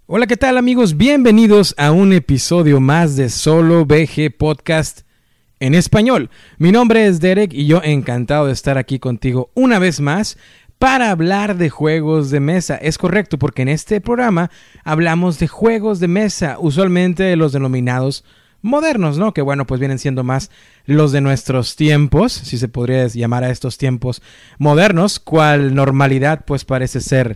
Hola, ¿qué tal amigos? Bienvenidos a un episodio más de Solo BG Podcast en español. Mi nombre es Derek y yo encantado de estar aquí contigo una vez más para hablar de juegos de mesa. Es correcto, porque en este programa hablamos de juegos de mesa, usualmente de los denominados modernos, ¿no? Que bueno, pues vienen siendo más los de nuestros tiempos, si se podría llamar a estos tiempos modernos, cual normalidad pues parece ser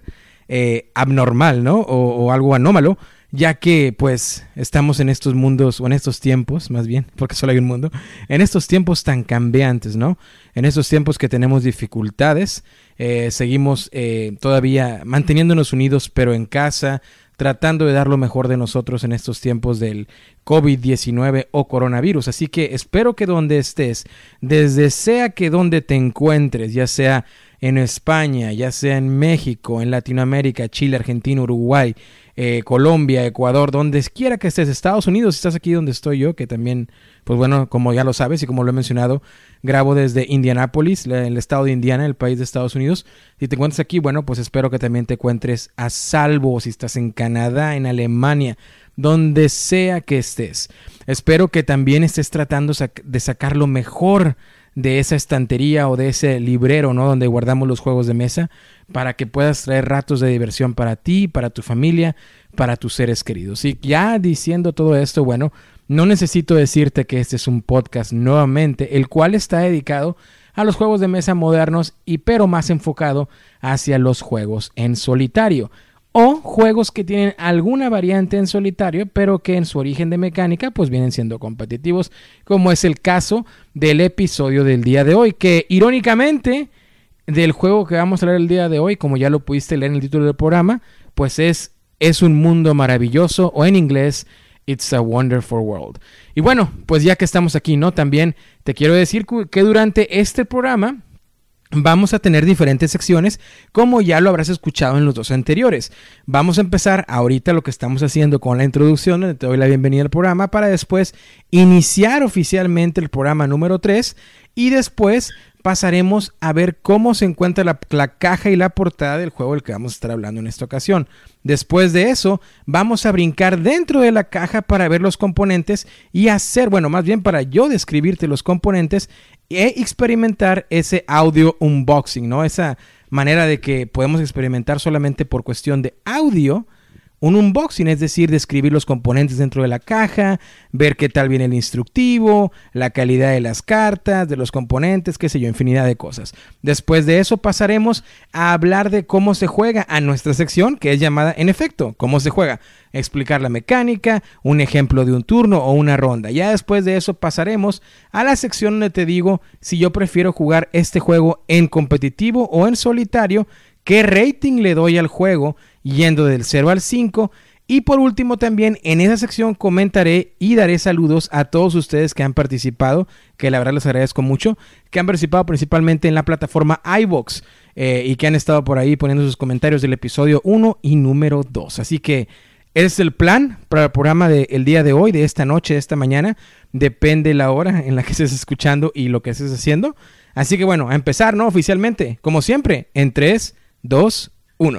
abnormal, ¿no? O algo anómalo, ya que pues estamos en estos mundos, o en estos tiempos más bien, porque solo hay un mundo, en estos tiempos tan cambiantes, ¿no? En estos tiempos que tenemos dificultades, seguimos todavía manteniéndonos unidos, pero en casa, tratando de dar lo mejor de nosotros en estos tiempos del COVID-19 o coronavirus. Así que espero que donde estés, desde sea que donde te encuentres, ya sea en España, ya sea en México, en Latinoamérica, Chile, Argentina, Uruguay, Colombia, Ecuador, donde quiera que estés, Estados Unidos, si estás aquí donde estoy yo, que también, pues bueno, como ya lo sabes y como lo he mencionado, grabo desde Indianápolis, el estado de Indiana, el país de Estados Unidos. Si te encuentras aquí, bueno, pues espero que también te encuentres a salvo, si estás en Canadá, en Alemania, donde sea que estés. Espero que también estés tratando de sacar lo mejor de esa estantería o de ese librero, ¿no? Donde guardamos los juegos de mesa, para que puedas traer ratos de diversión para ti, para tu familia, para tus seres queridos. Y ya diciendo todo esto, bueno, no necesito decirte que este es un podcast nuevamente, el cual está dedicado a los juegos de mesa modernos pero más enfocado hacia los juegos en solitario. O juegos que tienen alguna variante en solitario, pero que en su origen de mecánica pues vienen siendo competitivos, como es el caso del episodio del día de hoy, que irónicamente del juego que vamos a hablar el día de hoy, como ya lo pudiste leer en el título del programa, pues es un mundo maravilloso, o en inglés, It's a Wonderful World. Y bueno, pues ya que estamos aquí, ¿no? También te quiero decir que durante este programa vamos a tener diferentes secciones, como ya lo habrás escuchado en los dos anteriores. Vamos a empezar ahorita lo que estamos haciendo con la introducción, donde te doy la bienvenida al programa, para después iniciar oficialmente el programa número 3 y después pasaremos a ver cómo se encuentra la caja y la portada del juego del que vamos a estar hablando en esta ocasión. Después de eso, vamos a brincar dentro de la caja para ver los componentes y más bien para yo describirte los componentes e experimentar ese audio unboxing, ¿no? Esa manera de que podemos experimentar solamente por cuestión de audio un unboxing, es decir, describir los componentes dentro de la caja, ver qué tal viene el instructivo, la calidad de las cartas, de los componentes, qué sé yo, infinidad de cosas. Después de eso pasaremos a hablar de cómo se juega a nuestra sección, que es llamada, en efecto, cómo se juega. Explicar la mecánica, un ejemplo de un turno o una ronda. Ya después de eso pasaremos a la sección donde te digo si yo prefiero jugar este juego en competitivo o en solitario, qué rating le doy al juego, yendo del 0 al 5. Y por último también en esa sección comentaré y daré saludos a todos ustedes que han participado, que la verdad les agradezco mucho, que han participado principalmente en la plataforma iVoox y que han estado por ahí poniendo sus comentarios del episodio 1 y número 2. Así que ese es el plan para el programa del día de hoy, de esta noche, de esta mañana. Depende la hora en la que estés escuchando y lo que estés haciendo. Así que bueno, a empezar, ¿no? Oficialmente, como siempre, en 3, 2, 1.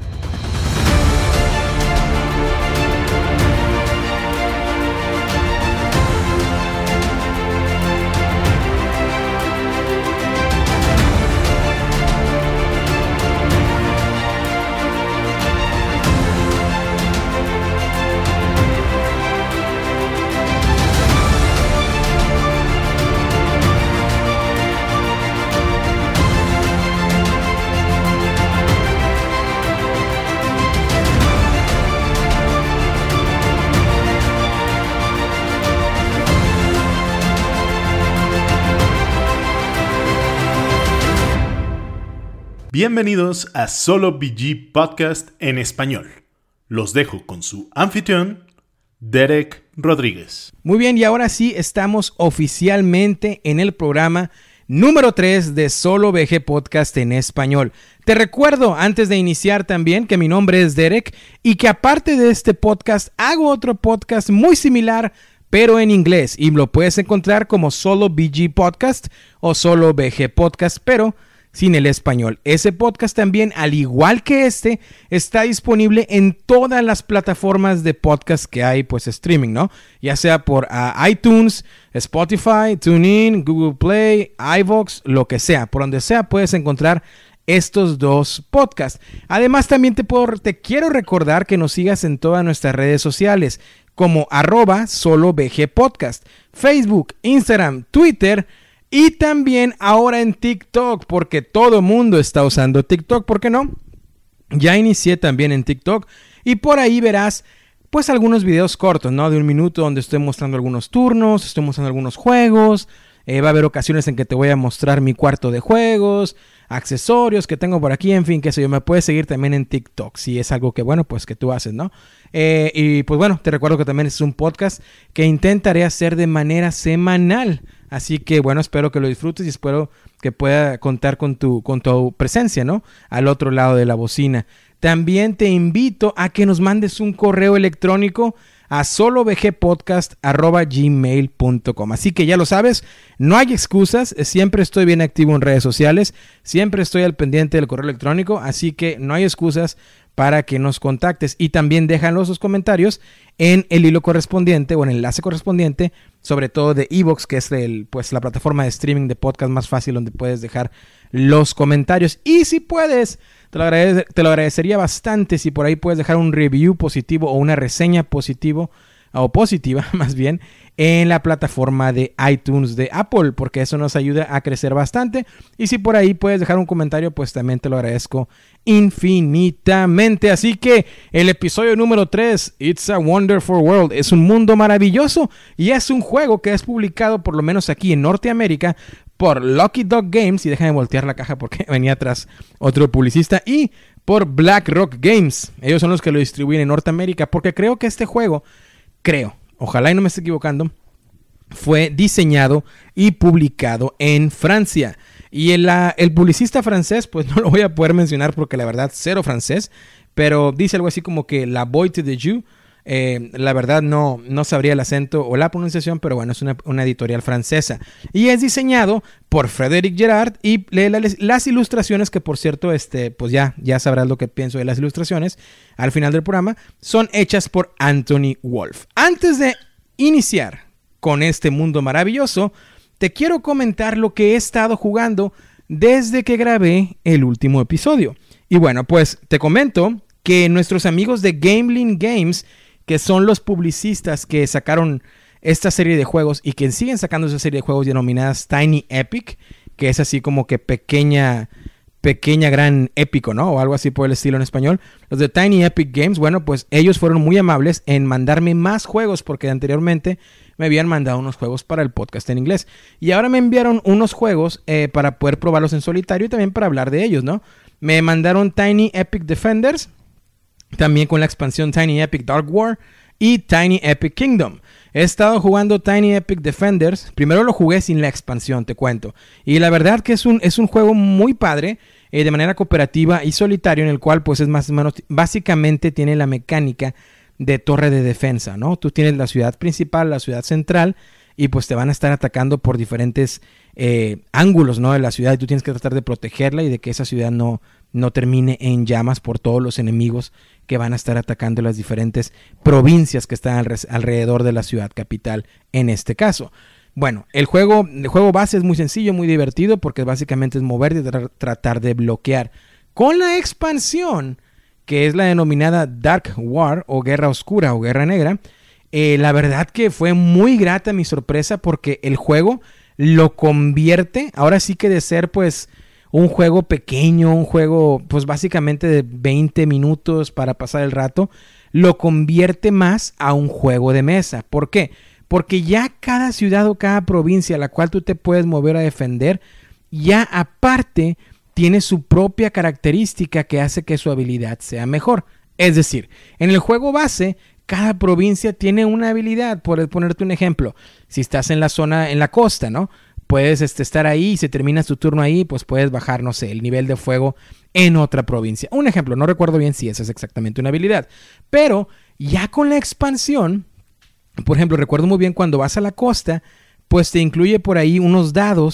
Bienvenidos a Solo BG Podcast en español. Los dejo con su anfitrión, Derek Rodríguez. Muy bien, y ahora sí estamos oficialmente en el programa número 3 de Solo BG Podcast en español. Te recuerdo, antes de iniciar también, que mi nombre es Derek y que aparte de este podcast, hago otro podcast muy similar, pero en inglés. Y lo puedes encontrar como Solo BG Podcast o Solo BG Podcast, pero sin el español. Ese podcast también, al igual que este, está disponible en todas las plataformas de podcast que hay, pues streaming, ¿no? Ya sea por iTunes, Spotify, TuneIn, Google Play, iVoox, lo que sea. Por donde sea puedes encontrar estos dos podcasts. Además, también te quiero recordar que nos sigas en todas nuestras redes sociales como @solovgpodcast, Facebook, Instagram, Twitter y también ahora en TikTok, porque todo mundo está usando TikTok, ¿por qué no? Ya inicié también en TikTok y por ahí verás pues algunos videos cortos, ¿no? De 1 minuto donde estoy mostrando algunos turnos, estoy mostrando algunos juegos. Va a haber ocasiones en que te voy a mostrar mi cuarto de juegos, accesorios que tengo por aquí, en fin, qué sé yo. Me puedes seguir también en TikTok si es algo que, bueno, pues que tú haces, ¿no? Y pues bueno, te recuerdo que también es un podcast que intentaré hacer de manera semanal. Así que bueno, espero que lo disfrutes y espero que pueda contar con tu presencia, ¿no? Al otro lado de la bocina. También te invito a que nos mandes un correo electrónico a solovgpodcast@gmail.com. Así que ya lo sabes, no hay excusas, siempre estoy bien activo en redes sociales, siempre estoy al pendiente del correo electrónico, así que no hay excusas para que nos contactes y también déjanos sus comentarios en el hilo correspondiente o en el enlace correspondiente, sobre todo de iVoox, que es la plataforma de streaming de podcast más fácil donde puedes dejar los comentarios. Y si puedes, te lo agradecería bastante si por ahí puedes dejar un review positivo o una reseña positiva más bien, en la plataforma de iTunes de Apple, porque eso nos ayuda a crecer bastante. Y si por ahí puedes dejar un comentario, pues también te lo agradezco infinitamente. Así que el episodio número 3, It's a Wonderful World, es un mundo maravilloso y es un juego que es publicado por lo menos aquí en Norteamérica por Lucky Dog Games, y déjame voltear la caja porque venía atrás otro publicista, y por BlackRock Games. Ellos son los que lo distribuyen en Norteamérica, porque creo que este juego, ojalá y no me esté equivocando, fue diseñado y publicado en Francia. Y el publicista francés, pues no lo voy a poder mencionar porque la verdad cero francés, pero dice algo así como que la Boîte de Jus. La verdad no sabría el acento o la pronunciación, pero bueno, es una editorial francesa. Y es diseñado por Frédéric Guerard, y las ilustraciones, que por cierto, pues ya sabrás lo que pienso de las ilustraciones al final del programa, son hechas por Anthony Wolf. Antes de iniciar con este mundo maravilloso, te quiero comentar lo que he estado jugando desde que grabé el último episodio. Y bueno, pues te comento que nuestros amigos de Gamelyn Games, que son los publicistas que sacaron esta serie de juegos y que siguen sacando esa serie de juegos denominadas Tiny Epic, que es así como que pequeña gran épico, ¿no? O algo así por el estilo en español. Los de Tiny Epic Games, bueno, pues ellos fueron muy amables en mandarme más juegos, porque anteriormente me habían mandado unos juegos para el podcast en inglés. Y ahora me enviaron unos juegos para poder probarlos en solitario y también para hablar de ellos, ¿no? Me mandaron Tiny Epic Defenders, también con la expansión Tiny Epic Dark War y Tiny Epic Kingdom. He estado jugando Tiny Epic Defenders. Primero lo jugué sin la expansión, te cuento. Y la verdad que es un juego muy padre, de manera cooperativa y solitario, en el cual pues es más o menos, básicamente tiene la mecánica de torre de defensa, ¿no? Tú tienes la ciudad principal, la ciudad central, y pues te van a estar atacando por diferentes ángulos, ¿no? De la ciudad, y tú tienes que tratar de protegerla y de que esa ciudad no termine en llamas por todos los enemigos que van a estar atacando las diferentes provincias que están alrededor de la ciudad capital en este caso. Bueno, el juego base es muy sencillo, muy divertido, porque básicamente es mover y tratar de bloquear. Con la expansión, que es la denominada Dark War o Guerra Oscura o Guerra Negra, la verdad que fue muy grata mi sorpresa, porque el juego lo convierte, ahora sí que de ser pues un juego pequeño, un juego pues básicamente de 20 minutos para pasar el rato, lo convierte más a un juego de mesa. ¿Por qué? Porque ya cada ciudad o cada provincia a la cual tú te puedes mover a defender, ya aparte tiene su propia característica que hace que su habilidad sea mejor. Es decir, en el juego base, cada provincia tiene una habilidad. Por ponerte un ejemplo, si estás en la zona, en la costa, ¿no? Puedes estar ahí y si terminas tu turno ahí, pues puedes bajar, no sé, el nivel de fuego en otra provincia. Un ejemplo, no recuerdo bien si esa es exactamente una habilidad. Pero ya con la expansión, por ejemplo, recuerdo muy bien cuando vas a la costa, pues te incluye por ahí unos dados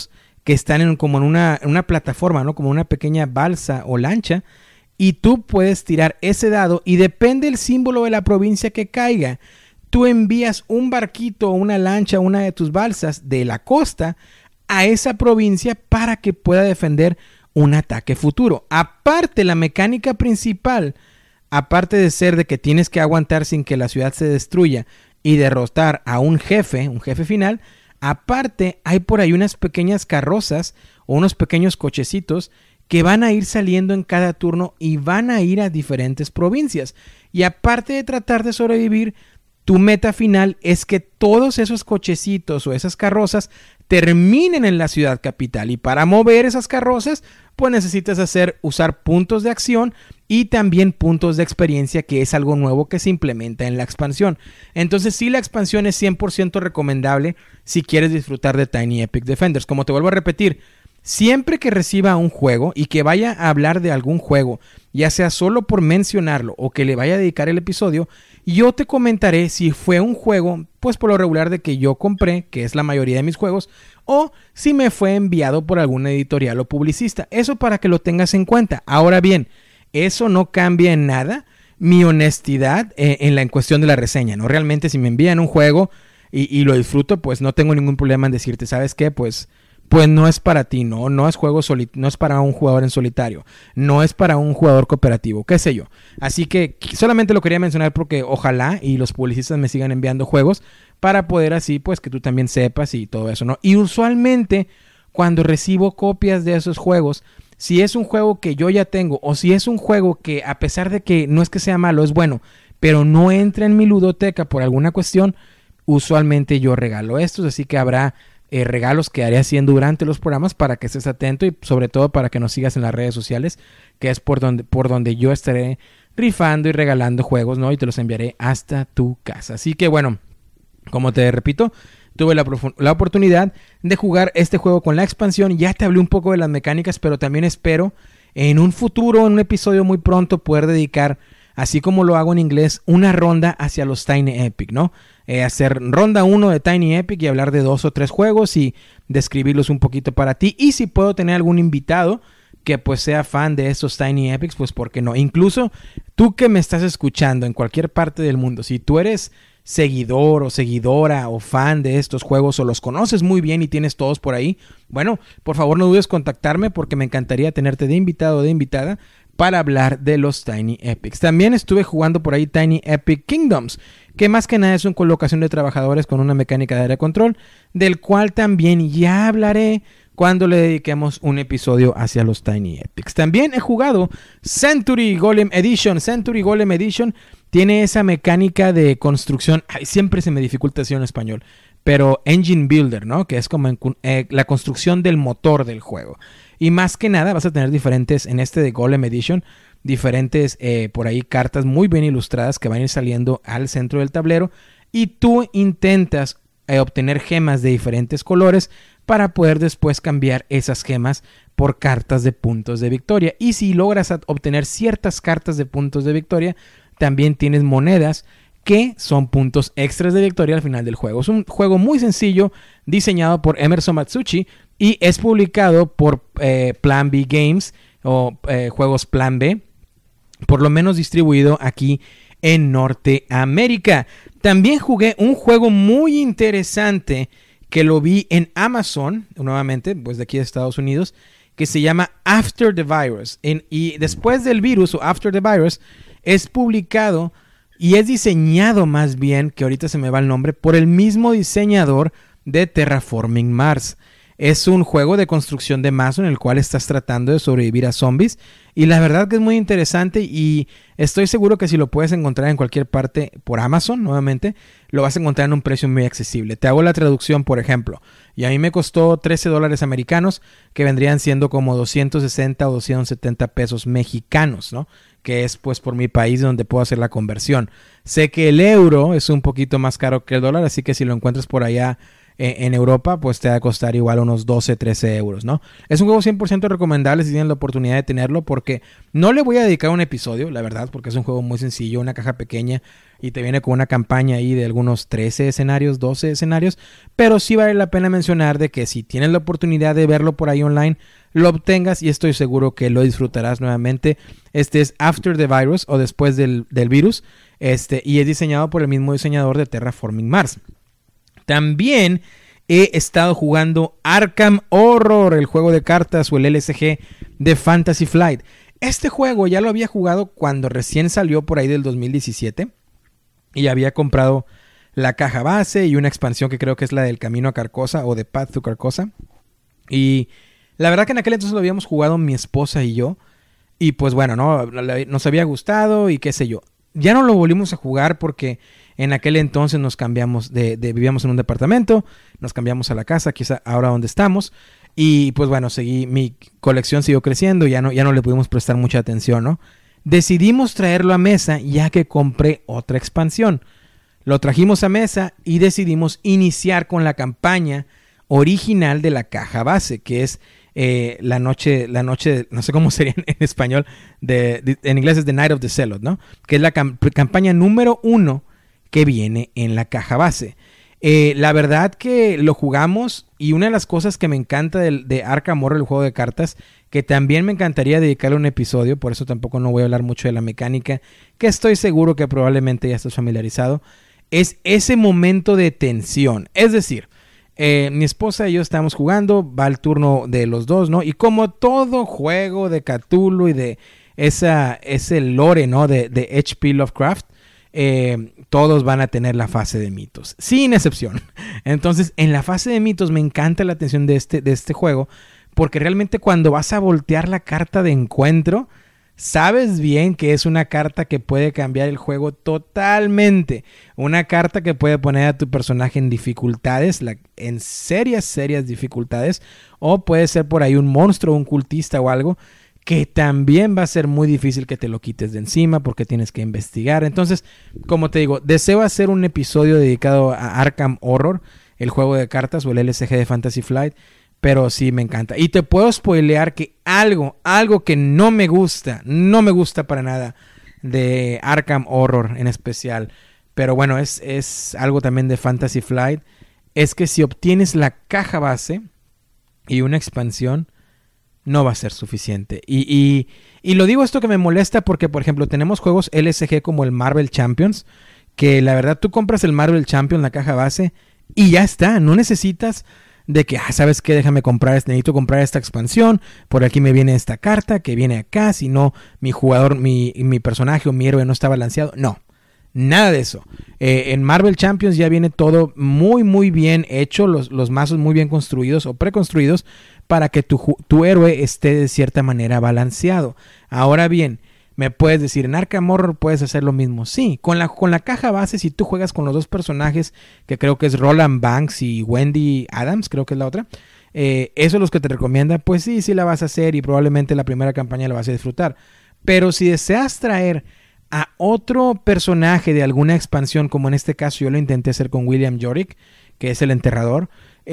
que están como en una plataforma, ¿no? Como una pequeña balsa o lancha, y tú puedes tirar ese dado y depende del símbolo de la provincia que caiga. Tú envías un barquito o una lancha, una de tus balsas de la costa a esa provincia para que pueda defender un ataque futuro. Aparte, la mecánica principal, aparte de ser de que tienes que aguantar sin que la ciudad se destruya y derrotar a un jefe final, aparte hay por ahí unas pequeñas carrozas o unos pequeños cochecitos que van a ir saliendo en cada turno y van a ir a diferentes provincias. Y aparte de tratar de sobrevivir, tu meta final es que todos esos cochecitos o esas carrozas terminen en la ciudad capital. Y para mover esas carrozas, pues necesitas usar puntos de acción y también puntos de experiencia, que es algo nuevo que se implementa en la expansión. Entonces sí, la expansión es 100% recomendable si quieres disfrutar de Tiny Epic Defenders. Como te vuelvo a repetir, siempre que reciba un juego y que vaya a hablar de algún juego, ya sea solo por mencionarlo o que le vaya a dedicar el episodio, yo te comentaré si fue un juego, pues por lo regular de que yo compré, que es la mayoría de mis juegos, o si me fue enviado por alguna editorial o publicista. Eso para que lo tengas en cuenta. Ahora bien, eso no cambia en nada mi honestidad en cuestión de la reseña, ¿no? Realmente si me envían un juego y lo disfruto, pues no tengo ningún problema en decirte, ¿sabes qué? Pues no es para ti, no es no es para un jugador en solitario, no es para un jugador cooperativo, qué sé yo. Así que solamente lo quería mencionar porque ojalá y los publicistas me sigan enviando juegos para poder así, pues que tú también sepas y todo eso, ¿no? Y usualmente cuando recibo copias de esos juegos, si es un juego que yo ya tengo o si es un juego que a pesar de que no es que sea malo, es bueno, pero no entra en mi ludoteca por alguna cuestión, usualmente yo regalo estos, así que habrá regalos que haré haciendo durante los programas para que estés atento y sobre todo para que nos sigas en las redes sociales, que es por donde yo estaré rifando y regalando juegos, ¿no? Y te los enviaré hasta tu casa. Así que bueno, como te repito, tuve la oportunidad de jugar este juego con la expansión. Ya te hablé un poco de las mecánicas, pero también espero en un futuro, en un episodio muy pronto, poder dedicar, así como lo hago en inglés, una ronda hacia los Tiny Epic, ¿no? Hacer ronda 1 de Tiny Epic y hablar de 2 o 3 juegos y describirlos un poquito para ti. Y si puedo tener algún invitado que pues sea fan de estos Tiny Epics, pues ¿por qué no? Incluso tú que me estás escuchando en cualquier parte del mundo, si tú eres seguidor o seguidora o fan de estos juegos o los conoces muy bien y tienes todos por ahí, bueno, por favor no dudes en contactarme porque me encantaría tenerte de invitado o de invitada para hablar de los Tiny Epics. También estuve jugando por ahí Tiny Epic Kingdoms, que más que nada es una colocación de trabajadores con una mecánica de área de control, del cual también ya hablaré cuando le dediquemos un episodio hacia los Tiny Epics. También he jugado Century Golem Edition. Century Golem Edition tiene esa mecánica de construcción, siempre se me dificulta decir en español, pero Engine Builder, ¿no? Que es como la construcción del motor del juego. Y más que nada vas a tener diferentes, en este de Golem Edition, diferentes por ahí cartas muy bien ilustradas que van a ir saliendo al centro del tablero y tú intentas obtener gemas de diferentes colores para poder después cambiar esas gemas por cartas de puntos de victoria. Y si logras obtener ciertas cartas de puntos de victoria, también tienes monedas que son puntos extras de victoria al final del juego. Es un juego muy sencillo, diseñado por Emerson Matsuuchi y es publicado por Plan B Games o Juegos Plan B, por lo menos distribuido aquí en Norteamérica. También jugué un juego muy interesante que lo vi en Amazon, nuevamente, pues de aquí de Estados Unidos, que se llama After the Virus. Y después del virus o After the Virus es publicado y es diseñado más bien, que ahorita se me va el nombre, por el mismo diseñador de Terraforming Mars. Es un juego de construcción de mazo en el cual estás tratando de sobrevivir a zombies. Y la verdad que es muy interesante y estoy seguro que si lo puedes encontrar en cualquier parte por Amazon, nuevamente, lo vas a encontrar en un precio muy accesible. Te hago la traducción, por ejemplo. Y a mí me costó $13 americanos, que vendrían siendo como 260 o 270 pesos mexicanos, ¿no? Que es pues por mi país donde puedo hacer la conversión. Sé que el euro es un poquito más caro que el dólar, así que si lo encuentras por allá en Europa, pues te va a costar igual unos 12, 13 euros, ¿no? Es un juego 100% recomendable si tienen la oportunidad de tenerlo, porque no le voy a dedicar un episodio, la verdad, porque es un juego muy sencillo, una caja pequeña y te viene con una campaña ahí de algunos 13 escenarios, 12 escenarios, pero sí vale la pena mencionar de que si tienes la oportunidad de verlo por ahí online, lo obtengas y estoy seguro que lo disfrutarás nuevamente. Este es After the Virus o Después del Virus, y es diseñado por el mismo diseñador de Terraforming Mars. También he estado jugando Arkham Horror, el juego de cartas o el LCG de Fantasy Flight. Este juego ya lo había jugado cuando recién salió por ahí del 2017 y había comprado la caja base y una expansión que creo que es la del Camino a Carcosa o de Path to Carcosa. Y la verdad que en aquel entonces lo habíamos jugado mi esposa y yo. Y pues bueno, ¿no? Nos había gustado y qué sé yo. Ya no lo volvimos a jugar porque en aquel entonces nos cambiamos vivíamos en un departamento, nos cambiamos a la casa, quizá ahora donde estamos. Y pues bueno, mi colección siguió creciendo y ya no le pudimos prestar mucha atención, ¿no? Decidimos traerlo a mesa ya que compré otra expansión. Lo trajimos a mesa y decidimos iniciar con la campaña original de la caja base, que es la noche, no sé cómo sería en español, en inglés es The Night of the Zealot, ¿no? Que es la campaña número 1 que viene en la caja base. La verdad que lo jugamos y una de las cosas que me encanta de Arkham Horror, el juego de cartas, que también me encantaría dedicarle un episodio, por eso tampoco no voy a hablar mucho de la mecánica, que estoy seguro que probablemente ya estás familiarizado, es ese momento de tensión. Es decir, mi esposa y yo estamos jugando, va el turno de los dos, ¿no? Y como todo juego de Cthulhu y de ese lore, ¿no? De H.P. Lovecraft, todos van a tener la fase de mitos, sin excepción. Entonces, en la fase de mitos me encanta la atención de este juego, porque realmente cuando vas a voltear la carta de encuentro, sabes bien que es una carta que puede cambiar el juego totalmente. Una carta que puede poner a tu personaje en dificultades, en serias dificultades, o puede ser por ahí un monstruo, un cultista o algo, que también va a ser muy difícil que te lo quites de encima porque tienes que investigar. Entonces, como te digo, deseo hacer un episodio dedicado a Arkham Horror, el juego de cartas o el LCG de Fantasy Flight, pero sí me encanta. Y te puedo spoilear que algo que no me gusta para nada de Arkham Horror en especial, pero bueno, es algo también de Fantasy Flight, es que si obtienes la caja base y una expansión, no va a ser suficiente. Y lo digo esto que me molesta porque, por ejemplo, tenemos juegos LCG como el Marvel Champions, que la verdad tú compras el Marvel Champions, la caja base, y ya está. No necesitas de que, ¿sabes qué? Necesito comprar esta expansión, por aquí me viene esta carta, que viene acá, si no, mi jugador, mi personaje o mi héroe no está balanceado. No, nada de eso. En Marvel Champions ya viene todo muy, muy bien hecho, los mazos muy bien construidos o preconstruidos, para que tu héroe esté de cierta manera balanceado. Ahora bien, me puedes decir, en Arkham Horror puedes hacer lo mismo. Sí, con la caja base, si tú juegas con los dos personajes, que creo que es Roland Banks y Wendy Adams, creo que es la otra, eso es los que te recomienda, pues sí la vas a hacer y probablemente la primera campaña la vas a disfrutar. Pero si deseas traer a otro personaje de alguna expansión, como en este caso yo lo intenté hacer con William Yorick, que es el enterrador,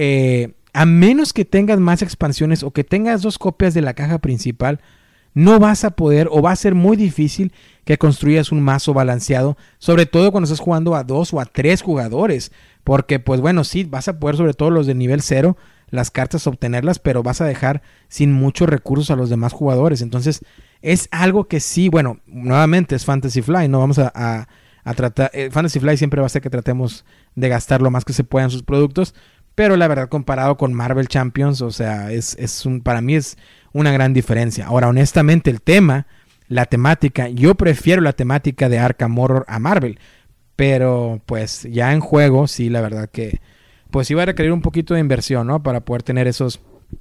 a menos que tengas más expansiones o que tengas 2 copias de la caja principal, no vas a poder o va a ser muy difícil que construyas un mazo balanceado, sobre todo cuando estás jugando a 2 o a 3 jugadores, porque pues bueno, sí, vas a poder, sobre todo los de nivel 0, las cartas obtenerlas, pero vas a dejar sin muchos recursos a los demás jugadores. Entonces es algo que sí, bueno, nuevamente es Fantasy Flight, no vamos a tratar, Fantasy Flight siempre va a ser que tratemos de gastar lo más que se pueda en sus productos, pero la verdad comparado con Marvel Champions, o sea, para mí es una gran diferencia. Ahora, honestamente, la temática, yo prefiero la temática de Arkham Horror a Marvel, pero pues ya en juego, sí, la verdad que pues iba a requerir un poquito de inversión, ¿no? Para poder tener esos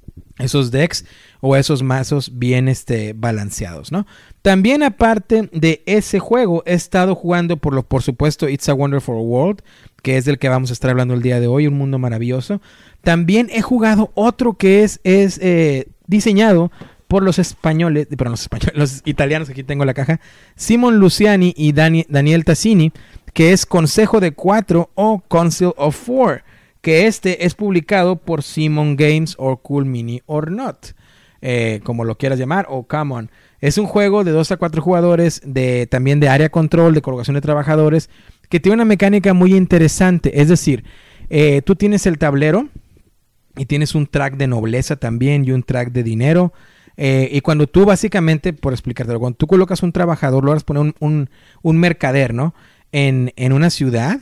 decks o esos mazos bien balanceados, ¿no? También aparte de ese juego, he estado jugando por supuesto It's a Wonderful World, que es del que vamos a estar hablando el día de hoy, un mundo maravilloso. También he jugado otro que es diseñado por los italianos, aquí tengo la caja, Simon Luciani y Daniel Tassini, que es Consejo de 4 o Council of 4, que este es publicado por Simon Games o Cool Mini or Not, como lo quieras llamar, o Common. Es un juego de 2 a 4 jugadores, también de área control, de colocación de trabajadores, que tiene una mecánica muy interesante. Es decir, tú tienes el tablero y tienes un track de nobleza también y un track de dinero. Y cuando tú básicamente, por explicártelo, cuando tú colocas un trabajador, logras poner un mercader, ¿no? En una ciudad,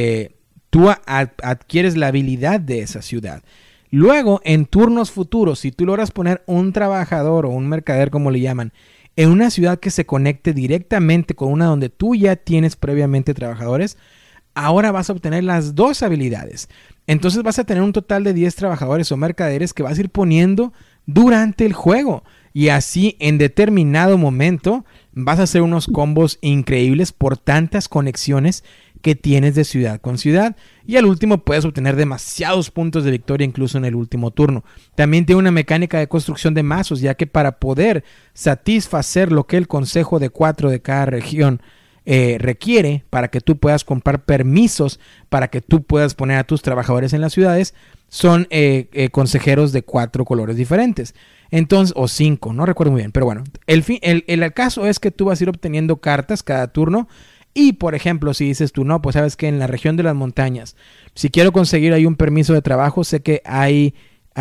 tú adquieres la habilidad de esa ciudad. Luego, en turnos futuros, si tú logras poner un trabajador o un mercader, como le llaman, en una ciudad que se conecte directamente con una donde tú ya tienes previamente trabajadores, ahora vas a obtener las 2 habilidades. Entonces vas a tener un total de 10 trabajadores o mercaderes que vas a ir poniendo durante el juego. Y así, en determinado momento, vas a hacer unos combos increíbles por tantas conexiones que tienes de ciudad con ciudad. Y al último puedes obtener demasiados puntos de victoria incluso en el último turno. También tiene una mecánica de construcción de mazos, ya que para poder satisfacer lo que el consejo de 4 de cada región requiere, para que tú puedas comprar permisos, para que tú puedas poner a tus trabajadores en las ciudades, son consejeros de 4 colores diferentes. Entonces, o 5, no recuerdo muy bien, pero bueno, el caso es que tú vas a ir obteniendo cartas cada turno. Y por ejemplo, si dices tú, no, pues sabes que en la región de las montañas, si quiero conseguir ahí un permiso de trabajo, sé que hay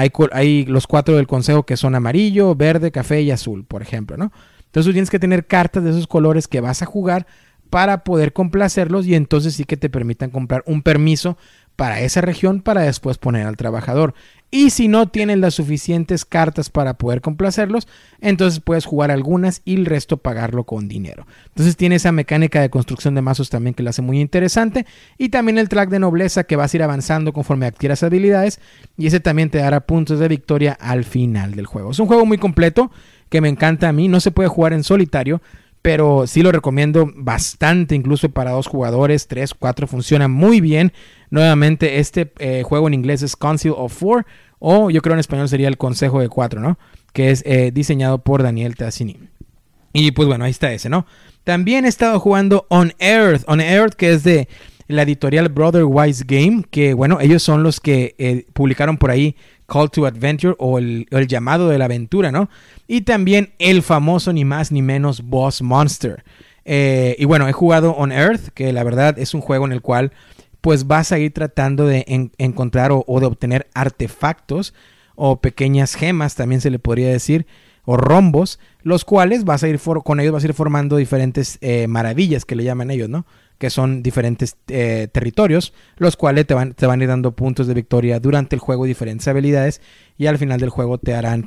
los 4 del consejo que son amarillo, verde, café y azul, por ejemplo, ¿no? Entonces tú tienes que tener cartas de esos colores que vas a jugar para poder complacerlos, y entonces sí que te permitan comprar un permiso para esa región para después poner al trabajador. Y si no tienes las suficientes cartas para poder complacerlos, entonces puedes jugar algunas y el resto pagarlo con dinero. Entonces tiene esa mecánica de construcción de mazos también que lo hace muy interesante. Y también el track de nobleza, que vas a ir avanzando conforme adquieras habilidades, y ese también te dará puntos de victoria al final del juego. Es un juego muy completo que me encanta a mí. No se puede jugar en solitario, pero sí lo recomiendo bastante, incluso para 2 jugadores, 3, 4, funciona muy bien. Nuevamente, este juego en inglés es Council of 4, o yo creo en español sería el Consejo de 4, ¿no? Que es diseñado por Daniel Tassini. Y pues bueno, ahí está ese, ¿no? También he estado jugando On Earth, que es de la editorial Brother Wise Game, que bueno, ellos son los que publicaron por ahí Call to Adventure, o el llamado de la aventura, ¿no? Y también el famoso ni más ni menos Boss Monster. Y bueno, he jugado On Earth, que la verdad es un juego en el cual pues vas a ir tratando de encontrar o de obtener artefactos o pequeñas gemas, también se le podría decir, o rombos, los cuales vas a ir con ellos vas a ir formando diferentes maravillas, que le llaman ellos, ¿no? Que son diferentes territorios, los cuales te van a ir dando puntos de victoria durante el juego, diferentes habilidades, y al final del juego te darán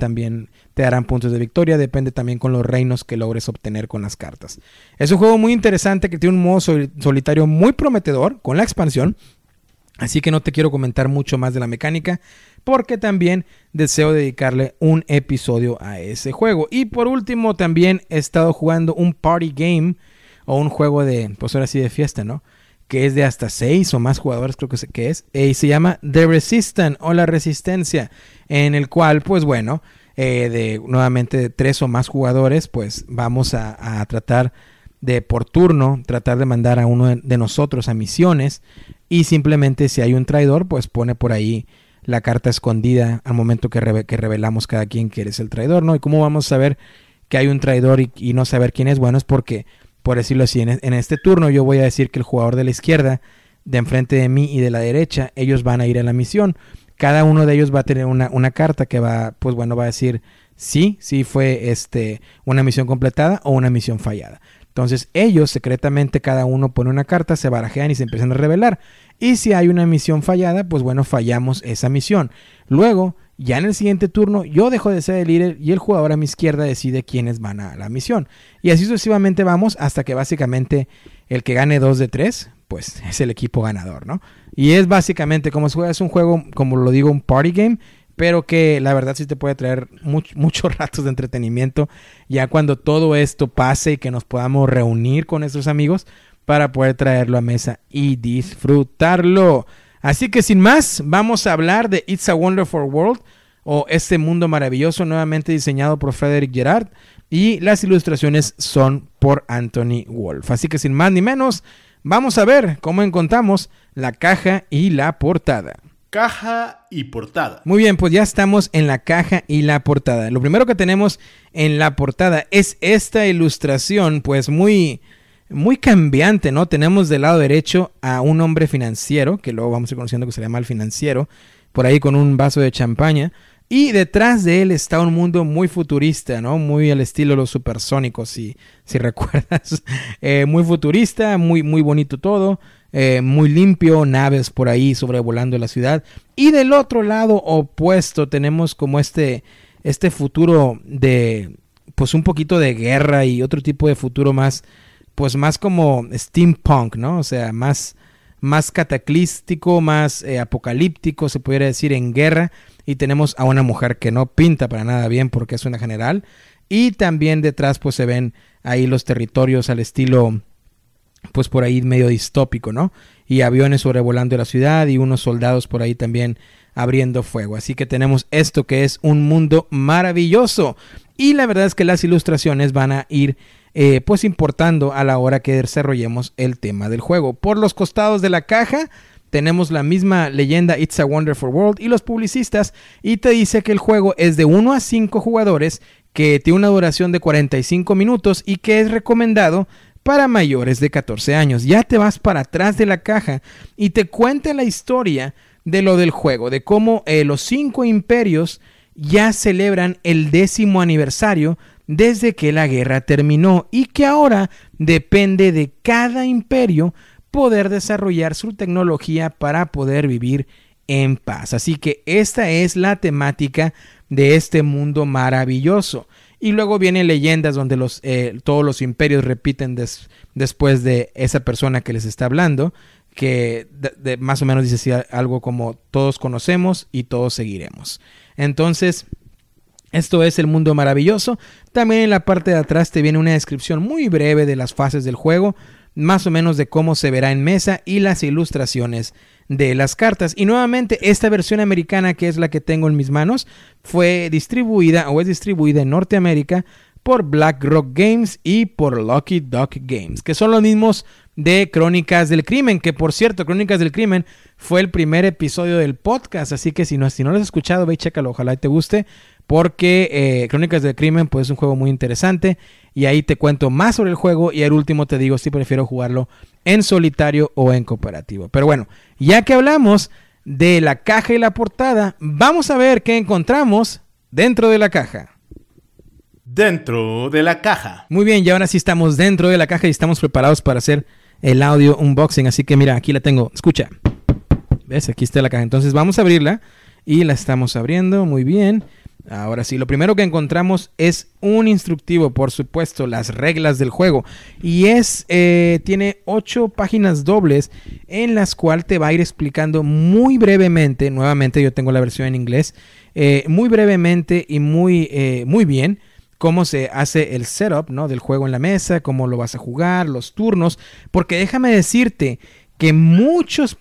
puntos de victoria. Depende también con los reinos que logres obtener con las cartas. Es un juego muy interesante que tiene un modo solitario muy prometedor con la expansión, así que no te quiero comentar mucho más de la mecánica, porque también deseo dedicarle un episodio a ese juego. Y por último, también he estado jugando un party game, o un juego de, pues ahora sí, de fiesta, ¿no? Que es de hasta 6 o más jugadores, creo que es. Y se llama The Resistance, o La Resistencia, en el cual, pues bueno, nuevamente de 3 o más jugadores, pues vamos a tratar de, por turno, tratar de mandar a uno de nosotros a misiones. Y simplemente, si hay un traidor, pues pone por ahí la carta escondida al momento que revelamos cada quien que eres el traidor, ¿no? Y cómo vamos a saber que hay un traidor y no saber quién es. Bueno, es porque, por decirlo así, en este turno yo voy a decir que el jugador de la izquierda, de enfrente de mí, y de la derecha, ellos van a ir a la misión. Cada uno de ellos va a tener una carta que va a decir sí fue una misión completada o una misión fallada. Entonces ellos secretamente, cada uno pone una carta, se barajean y se empiezan a revelar. Y si hay una misión fallada, pues bueno, fallamos esa misión. Luego, ya en el siguiente turno, yo dejo de ser el líder y el jugador a mi izquierda decide quiénes van a la misión. Y así sucesivamente vamos hasta que básicamente el que gane 2 de 3, pues es el equipo ganador, ¿no? Y es básicamente como se juega, es un juego, como lo digo, un party game, pero que la verdad sí te puede traer muchos ratos de entretenimiento ya cuando todo esto pase y que nos podamos reunir con nuestros amigos para poder traerlo a mesa y disfrutarlo. Así que sin más, vamos a hablar de It's a Wonderful World, o Este Mundo Maravilloso, nuevamente diseñado por Frederick Gerard, y las ilustraciones son por Anthony Wolf. Así que sin más ni menos, vamos a ver cómo encontramos la caja y la portada. caja y portada. Muy bien, pues ya estamos en la caja y la portada. Lo primero que tenemos en la portada es esta ilustración, pues muy cambiante, ¿no? Tenemos del lado derecho a un hombre financiero, que luego vamos a ir conociendo que se llama el financiero, por ahí con un vaso de champaña. Y detrás de él está un mundo muy futurista, ¿no? Muy al estilo de los supersónicos, si recuerdas. Muy futurista, muy bonito todo. Muy limpio, naves por ahí sobrevolando la ciudad. Y del otro lado opuesto tenemos como este futuro de, pues un poquito de guerra y otro tipo de futuro más como steampunk, ¿no? O sea, más cataclístico, más apocalíptico, se pudiera decir, en guerra. Y tenemos a una mujer que no pinta para nada bien porque es una general. Y también detrás pues se ven ahí los territorios al estilo, pues por ahí medio distópico, ¿no? Y aviones sobrevolando la ciudad y unos soldados por ahí también abriendo fuego. Así que tenemos esto que es un mundo maravilloso. Y la verdad es que las ilustraciones van a ir pues importando a la hora que desarrollemos el tema del juego. Por los costados de la caja tenemos la misma leyenda It's a Wonderful World y los publicistas, y te dice que el juego es de 1 a 5 jugadores, que tiene una duración de 45 minutos y que es recomendado para mayores de 14 años. Ya te vas para atrás de la caja y te cuenta la historia de lo del juego, de cómo los 5 imperios ya celebran el 10º aniversario desde que la guerra terminó y que ahora depende de cada imperio poder desarrollar su tecnología para poder vivir en paz. Así que esta es la temática de este mundo maravilloso. Y luego vienen leyendas donde todos los imperios repiten después de esa persona que les está hablando, que más o menos dice así, algo como todos conocemos y todos seguiremos. Entonces, esto es el mundo maravilloso. También en la parte de atrás te viene una descripción muy breve de las fases del juego, más o menos de cómo se verá en mesa y las ilustraciones de las cartas. Y nuevamente esta versión americana, que es la que tengo en mis manos, fue distribuida o es distribuida en Norteamérica por BlackRock Games y por Lucky Duck Games, que son los mismos de Crónicas del Crimen, que por cierto, Crónicas del Crimen fue el primer episodio del podcast, así que si no lo has escuchado, ve y chécalo, ojalá te guste, porque Crónicas del Crimen pues es un juego muy interesante y ahí te cuento más sobre el juego y al último te digo si prefiero jugarlo en solitario o en cooperativo. Pero bueno, ya que hablamos de la caja y la portada, vamos a ver qué encontramos dentro de la caja. Dentro de la caja. Muy bien, y ahora sí estamos dentro de la caja y estamos preparados para hacer el audio unboxing, así que mira, aquí la tengo, escucha. ¿Ves? Aquí está la caja, entonces vamos a abrirla y la estamos abriendo, muy bien. Ahora sí, lo primero que encontramos es un instructivo, por supuesto, las reglas del juego. Y tiene 8 páginas dobles en las cuales te va a ir explicando muy brevemente, nuevamente yo tengo la versión en inglés, muy brevemente y muy bien, cómo se hace el setup, ¿no?, del juego en la mesa, cómo lo vas a jugar, los turnos, porque déjame decirte que muchas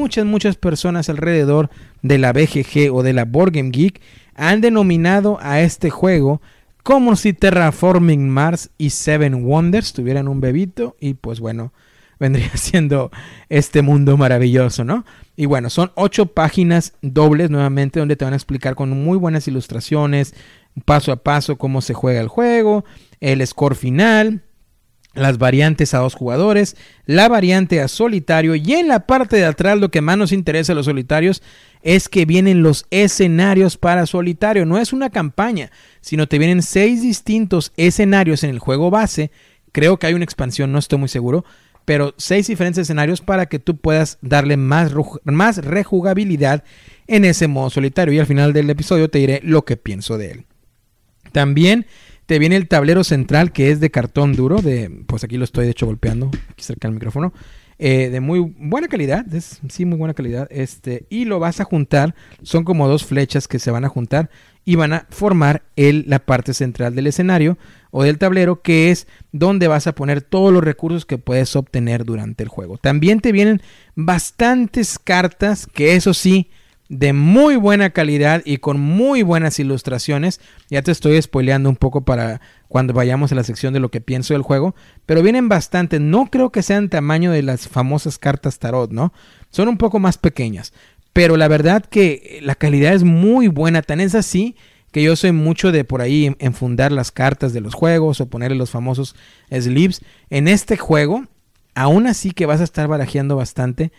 personas alrededor de la BGG o de la Board Game Geek han denominado a este juego como si Terraforming Mars y Seven Wonders tuvieran un bebito y pues bueno, vendría siendo este mundo maravilloso, ¿no? Y bueno, son 8 páginas dobles nuevamente donde te van a explicar con muy buenas ilustraciones, paso a paso cómo se juega el juego, el score final, las variantes a 2 jugadores, la variante a solitario y en la parte de atrás lo que más nos interesa a los solitarios es que vienen los escenarios para solitario. No es una campaña, sino te vienen 6 distintos escenarios en el juego base. Creo que hay una expansión, no estoy muy seguro, pero 6 diferentes escenarios para que tú puedas darle más rejugabilidad en ese modo solitario. Y al final del episodio te diré lo que pienso de él. También te viene el tablero central, que es de cartón duro, pues aquí lo estoy de hecho golpeando, aquí cerca del micrófono, de muy buena calidad, muy buena calidad, y lo vas a juntar, son como 2 flechas que se van a juntar y van a formar la parte central del escenario o del tablero, que es donde vas a poner todos los recursos que puedes obtener durante el juego. También te vienen bastantes cartas, que eso sí, de muy buena calidad y con muy buenas ilustraciones. Ya te estoy spoileando un poco para cuando vayamos a la sección de lo que pienso del juego, pero vienen bastantes. No creo que sean tamaño de las famosas cartas tarot, ¿no? Son un poco más pequeñas, pero la verdad que la calidad es muy buena. Tan es así que yo soy mucho de por ahí enfundar las cartas de los juegos o ponerle los famosos sleeves. En este juego, aún así que vas a estar barajeando bastante,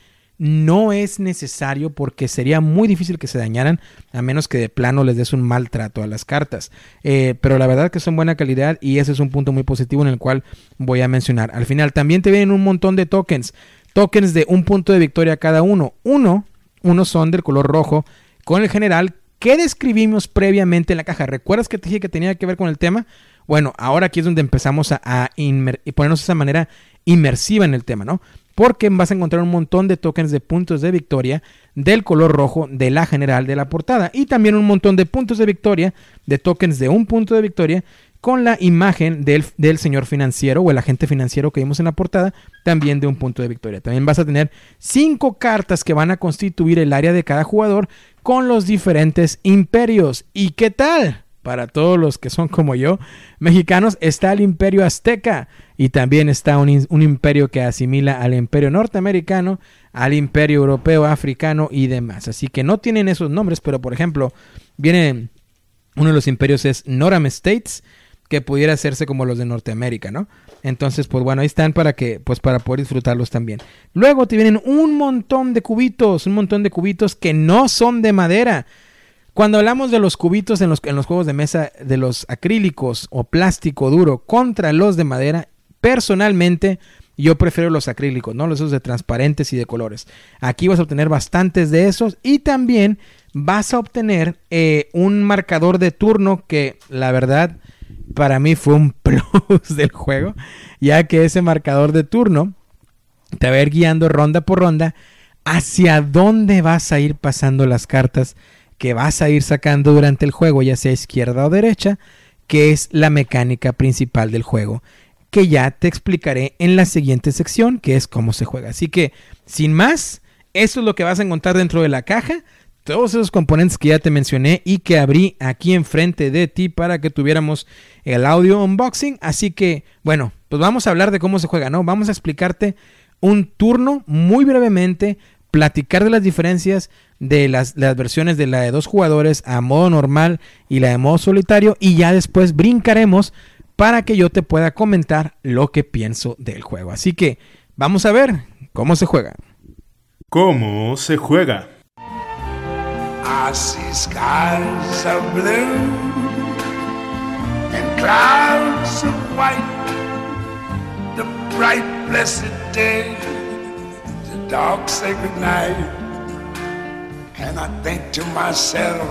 no es necesario porque sería muy difícil que se dañaran a menos que de plano les des un maltrato a las cartas. Pero la verdad que son buena calidad y ese es un punto muy positivo en el cual voy a mencionar. Al final también te vienen un montón de tokens de 1 punto de victoria cada uno. Uno son del color rojo con el general que describimos previamente en la caja. ¿Recuerdas que te dije que tenía que ver con el tema? Bueno, ahora aquí es donde empezamos a ponernos de esa manera inmersiva en el tema, ¿no? Porque vas a encontrar un montón de tokens de puntos de victoria del color rojo de la general de la portada. Y también un montón de puntos de victoria, de tokens de 1 punto de victoria, con la imagen del señor financiero o el agente financiero que vimos en la portada, también de 1 punto de victoria. También vas a tener 5 cartas que van a constituir el área de cada jugador con los diferentes imperios. ¿Y qué tal? Para todos los que son como yo, mexicanos, está el imperio azteca y también está un imperio que asimila al imperio norteamericano, al imperio europeo, africano y demás. Así que no tienen esos nombres, pero por ejemplo, viene uno de los imperios es Noram States, que pudiera hacerse como los de Norteamérica, ¿no? Entonces, pues bueno, ahí están para poder disfrutarlos también. Luego te vienen un montón de cubitos que no son de madera. Cuando hablamos de los cubitos en los juegos de mesa, de los acrílicos o plástico duro contra los de madera, personalmente yo prefiero los acrílicos, ¿no? Los esos de transparentes y de colores. Aquí vas a obtener bastantes de esos y también vas a obtener un marcador de turno que la verdad para mí fue un plus del juego, ya que ese marcador de turno te va a ir guiando ronda por ronda hacia dónde vas a ir pasando las cartas que vas a ir sacando durante el juego, ya sea izquierda o derecha, que es la mecánica principal del juego, que ya te explicaré en la siguiente sección, que es cómo se juega. Así que, sin más, eso es lo que vas a encontrar dentro de la caja, todos esos componentes que ya te mencioné y que abrí aquí enfrente de ti para que tuviéramos el audio unboxing. Así que, bueno, pues vamos a hablar de cómo se juega, ¿no? Vamos a explicarte un turno muy brevemente, platicar de las diferencias de las versiones de la de 2 jugadores a modo normal y la de modo solitario, y ya después brincaremos para que yo te pueda comentar lo que pienso del juego. Así que vamos a ver cómo se juega. ¿Cómo se juega? I see skies of blue and clouds of white, the bright blessed day, the dark sacred night, and I think to myself,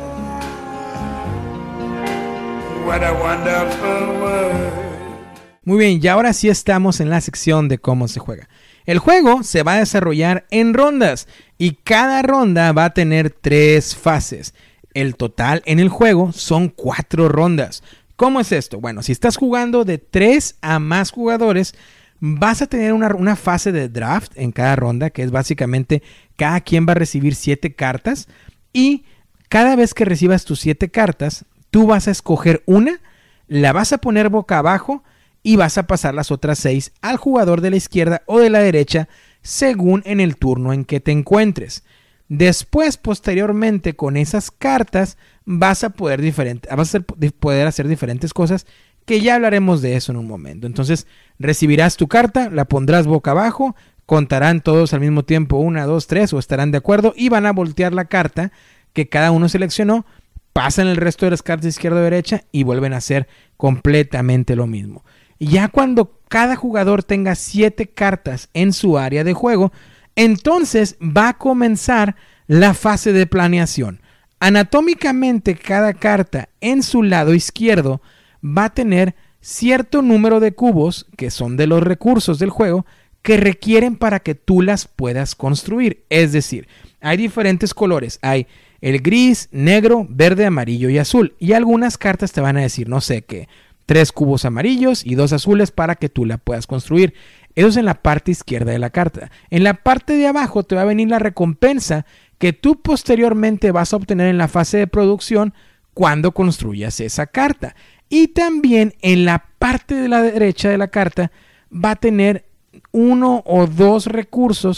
what a wonderful world. Muy bien, y ahora sí estamos en la sección de cómo se juega. El juego se va a desarrollar en rondas y cada ronda va a tener 3 fases. El total en el juego son 4 rondas. ¿Cómo es esto? Bueno, si estás jugando de 3 a más jugadores, vas a tener una fase de draft en cada ronda, que es básicamente cada quien va a recibir 7 cartas y cada vez que recibas tus 7 cartas, tú vas a escoger una, la vas a poner boca abajo y vas a pasar las otras 6 al jugador de la izquierda o de la derecha según en el turno en que te encuentres. Después, posteriormente, con esas cartas vas a poder hacer diferentes cosas, que ya hablaremos de eso en un momento. Entonces, recibirás tu carta, la pondrás boca abajo, contarán todos al mismo tiempo 1, 2, 3 o estarán de acuerdo y van a voltear la carta que cada uno seleccionó, pasan el resto de las cartas izquierda o derecha y vuelven a hacer completamente lo mismo. Ya cuando cada jugador tenga 7 cartas en su área de juego, entonces va a comenzar la fase de planeación. Anatómicamente, cada carta en su lado izquierdo va a tener cierto número de cubos, que son de los recursos del juego, que requieren para que tú las puedas construir. Es decir, hay diferentes colores. Hay el gris, negro, verde, amarillo y azul. Y algunas cartas te van a decir, no sé qué, 3 cubos amarillos y 2 azules para que tú la puedas construir. Eso es en la parte izquierda de la carta. En la parte de abajo te va a venir la recompensa que tú posteriormente vas a obtener en la fase de producción cuando construyas esa carta. Y también en la parte de la derecha de la carta va a tener 1 o 2 recursos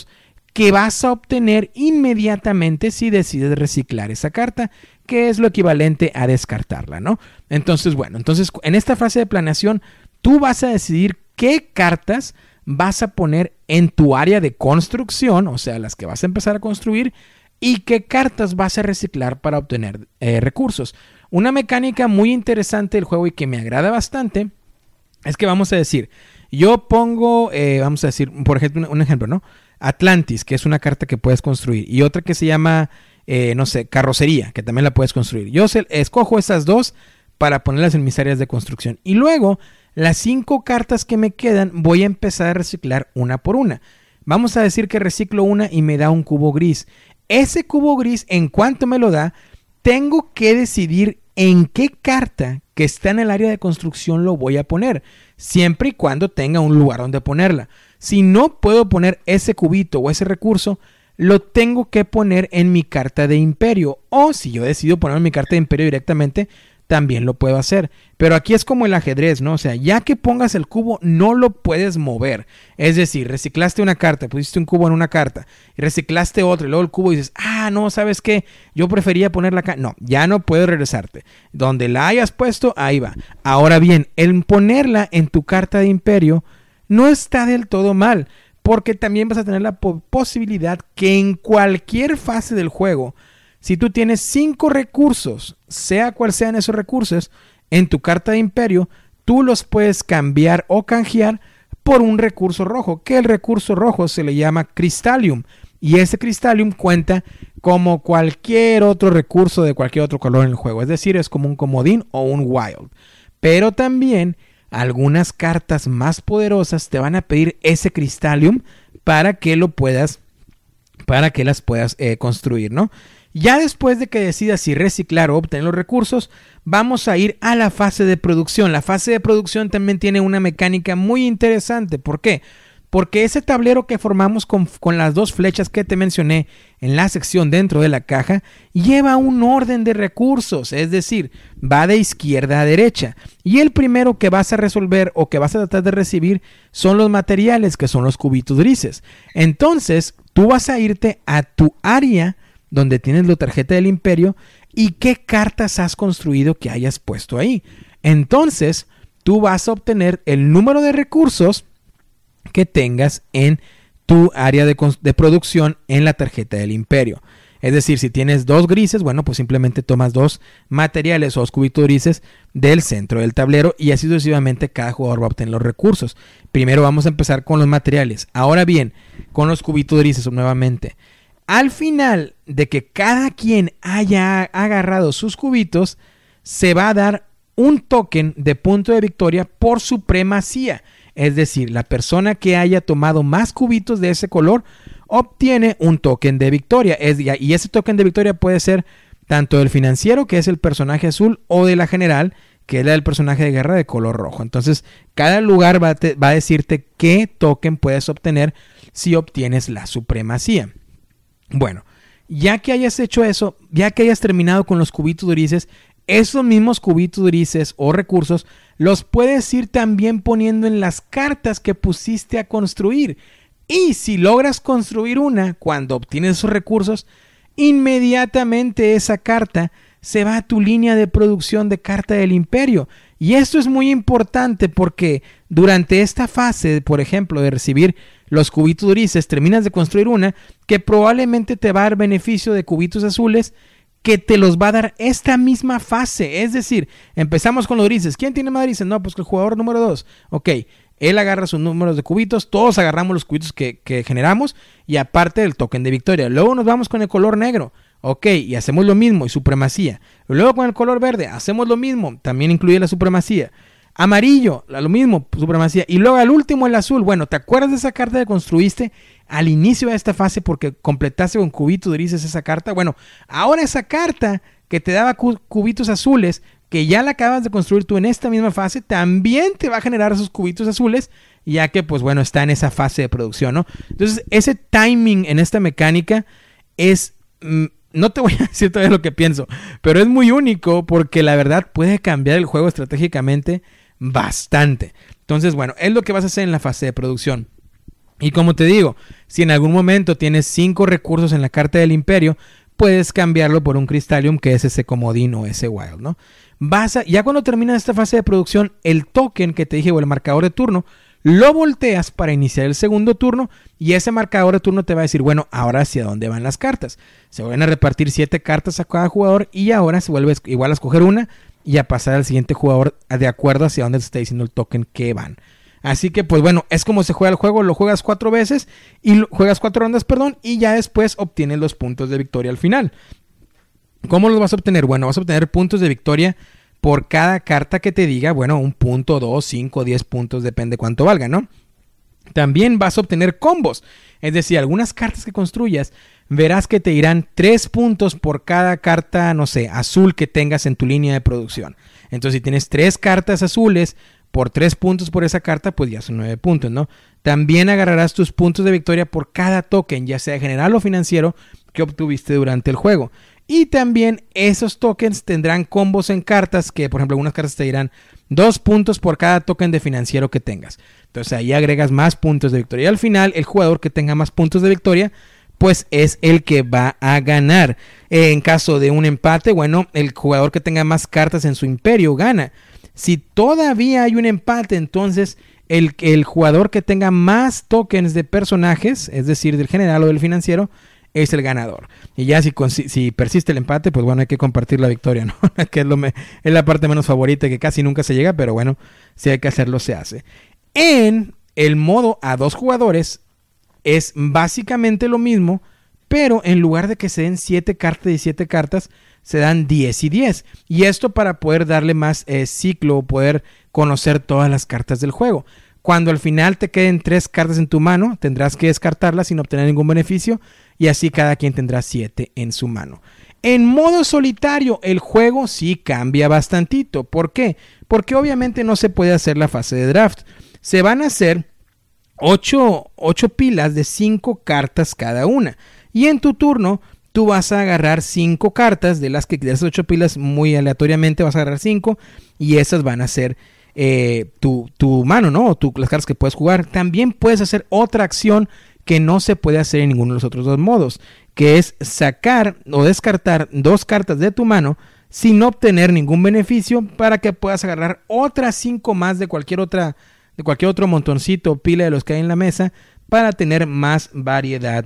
que vas a obtener inmediatamente si decides reciclar esa carta, que es lo equivalente a descartarla, ¿no? Entonces, bueno, en esta fase de planeación, tú vas a decidir qué cartas vas a poner en tu área de construcción, o sea, las que vas a empezar a construir, y qué cartas vas a reciclar para obtener recursos. Una mecánica muy interesante del juego y que me agrada bastante es que vamos a decir, yo pongo, vamos a decir, por ejemplo, un ejemplo, ¿no? Atlantis, que es una carta que puedes construir, y otra que se llama, no sé, Carrocería, que también la puedes construir. Yo escojo esas dos para ponerlas en mis áreas de construcción. Y luego, las 5 cartas que me quedan, voy a empezar a reciclar una por una. Vamos a decir que reciclo una y me da un cubo gris. Ese cubo gris, en cuanto me lo da, tengo que decidir en qué carta que está en el área de construcción lo voy a poner, siempre y cuando tenga un lugar donde ponerla. Si no puedo poner ese cubito o ese recurso, lo tengo que poner en mi carta de imperio. O si yo decido poner mi carta de imperio directamente, también lo puedo hacer. Pero aquí es como el ajedrez, ¿no? O sea, ya que pongas el cubo, no lo puedes mover. Es decir, reciclaste una carta, pusiste un cubo en una carta, y reciclaste otra, y luego el cubo y dices, no, ¿sabes qué? Yo prefería ponerla acá. No, ya no puedes regresarte. Donde la hayas puesto, ahí va. Ahora bien, el ponerla en tu carta de imperio no está del todo mal, porque también vas a tener la posibilidad que en cualquier fase del juego, si tú tienes 5 recursos, sea cual sean esos recursos, en tu carta de imperio, tú los puedes cambiar o canjear por un recurso rojo, que el recurso rojo se le llama Crystallium, y ese Crystallium cuenta como cualquier otro recurso de cualquier otro color en el juego, es decir, es como un comodín o un wild. Pero también algunas cartas más poderosas te van a pedir ese Crystallium para que las puedas construir, ¿no? Ya después de que decidas si reciclar o obtener los recursos, vamos a ir a la fase de producción. La fase de producción también tiene una mecánica muy interesante. ¿Por qué? Porque ese tablero que formamos con las 2 flechas que te mencioné en la sección dentro de la caja, lleva un orden de recursos, es decir, va de izquierda a derecha. Y el primero que vas a resolver o que vas a tratar de recibir son los materiales, que son los cubitos grises. Entonces, tú vas a irte a tu área donde tienes la tarjeta del imperio y qué cartas has construido que hayas puesto ahí. Entonces, tú vas a obtener el número de recursos que tengas en tu área de producción en la tarjeta del imperio. Es decir, si tienes 2 grises, bueno, pues simplemente tomas 2 materiales o 2 cubitos grises del centro del tablero y así sucesivamente cada jugador va a obtener los recursos. Primero vamos a empezar con los materiales. Ahora bien, con los cubitos grises nuevamente. Al final de que cada quien haya agarrado sus cubitos, se va a dar un token de punto de victoria por supremacía. Es decir, la persona que haya tomado más cubitos de ese color obtiene un token de victoria. Y ese token de victoria puede ser tanto del financiero, que es el personaje azul, o de la general, que es la del personaje de guerra de color rojo. Entonces, cada lugar va a decirte qué token puedes obtener si obtienes la supremacía. Bueno, ya que hayas hecho eso, ya que hayas terminado con los cubitos grises, esos mismos cubitos grises o recursos los puedes ir también poniendo en las cartas que pusiste a construir. Y si logras construir una cuando obtienes esos recursos, inmediatamente esa carta se va a tu línea de producción de carta del imperio. Y esto es muy importante porque durante esta fase, por ejemplo, de recibir los cubitos grises, terminas de construir una que probablemente te va a dar beneficio de cubitos azules que te los va a dar esta misma fase. Es decir, empezamos con los grises. ¿Quién tiene más grises? No, pues el jugador número 2. Ok, él agarra sus números de cubitos, todos agarramos los cubitos que generamos y aparte del token de victoria. Luego nos vamos con el color negro. Ok, y hacemos lo mismo, y supremacía. Luego con el color verde, hacemos lo mismo, también incluye la supremacía. Amarillo, lo mismo, supremacía. Y luego al último el azul. Bueno, ¿te acuerdas de esa carta que construiste al inicio de esta fase porque completaste con cubitos grises esa carta? Bueno, ahora esa carta que te daba cubitos azules, que ya la acabas de construir tú en esta misma fase, también te va a generar esos cubitos azules, ya que, pues bueno, está en esa fase de producción, ¿no? Entonces, ese timing en esta mecánica es... no te voy a decir todavía lo que pienso, pero es muy único porque la verdad puede cambiar el juego estratégicamente bastante. Entonces, bueno, es lo que vas a hacer en la fase de producción. Y como te digo, si en algún momento tienes 5 recursos en la carta del Imperio, puedes cambiarlo por un Crystalium, que es ese comodín o ese Wild, ¿no? Ya cuando terminas esta fase de producción, el token que te dije o el marcador de turno, lo volteas para iniciar el segundo turno y ese marcador de turno te va a decir, bueno, ahora hacia dónde van las cartas. Se vuelven a repartir 7 cartas a cada jugador y ahora se vuelve igual a escoger una y a pasar al siguiente jugador de acuerdo hacia dónde te está diciendo el token que van. Así que pues bueno, es como se juega el juego, lo juegas 4 veces y juegas 4 rondas, y ya después obtienes los puntos de victoria al final. ¿Cómo los vas a obtener? Bueno, vas a obtener puntos de victoria por cada carta que te diga, bueno, 1 punto, 2, 5, 10 puntos, depende cuánto valga, ¿no? También vas a obtener combos, es decir, algunas cartas que construyas, verás que te irán 3 puntos por cada carta, no sé, azul que tengas en tu línea de producción. Entonces, si tienes 3 cartas azules, por 3 puntos por esa carta, pues ya son 9 puntos, ¿no? También agarrarás tus puntos de victoria por cada token, ya sea general o financiero, que obtuviste durante el juego. Y también esos tokens tendrán combos en cartas que, por ejemplo, algunas cartas te dirán 2 puntos por cada token de financiero que tengas. Entonces ahí agregas más puntos de victoria. Y al final, el jugador que tenga más puntos de victoria, pues es el que va a ganar. En caso de un empate, bueno, el jugador que tenga más cartas en su imperio gana. Si todavía hay un empate, entonces el jugador que tenga más tokens de personajes, es decir, del general o del financiero, es el ganador. Y ya si persiste el empate, pues bueno, hay que compartir la victoria, ¿no? Que es la parte menos favorita, que casi nunca se llega, pero bueno, si hay que hacerlo, se hace. En el modo a 2 jugadores es básicamente lo mismo, pero en lugar de que se den 7 cartas y 7 cartas, se dan 10 y 10. Y esto para poder darle más ciclo, poder conocer todas las cartas del juego. Cuando al final te queden 3 cartas en tu mano, tendrás que descartarlas sin obtener ningún beneficio. Y así cada quien tendrá 7 en su mano. En modo solitario, el juego sí cambia bastantito. ¿Por qué? Porque obviamente no se puede hacer la fase de draft. Se van a hacer 8 pilas de 5 cartas cada una. Y en tu turno, tú vas a agarrar 5 cartas, de esas 8 pilas muy aleatoriamente vas a agarrar 5. Y esas van a ser tu mano, ¿no? O las cartas que puedes jugar. También puedes hacer otra acción que no se puede hacer en ninguno de los otros 2 modos, que es sacar o descartar 2 cartas de tu mano sin obtener ningún beneficio para que puedas agarrar otras 5 más de cualquier otro montoncito o pila de los que hay en la mesa para tener más variedad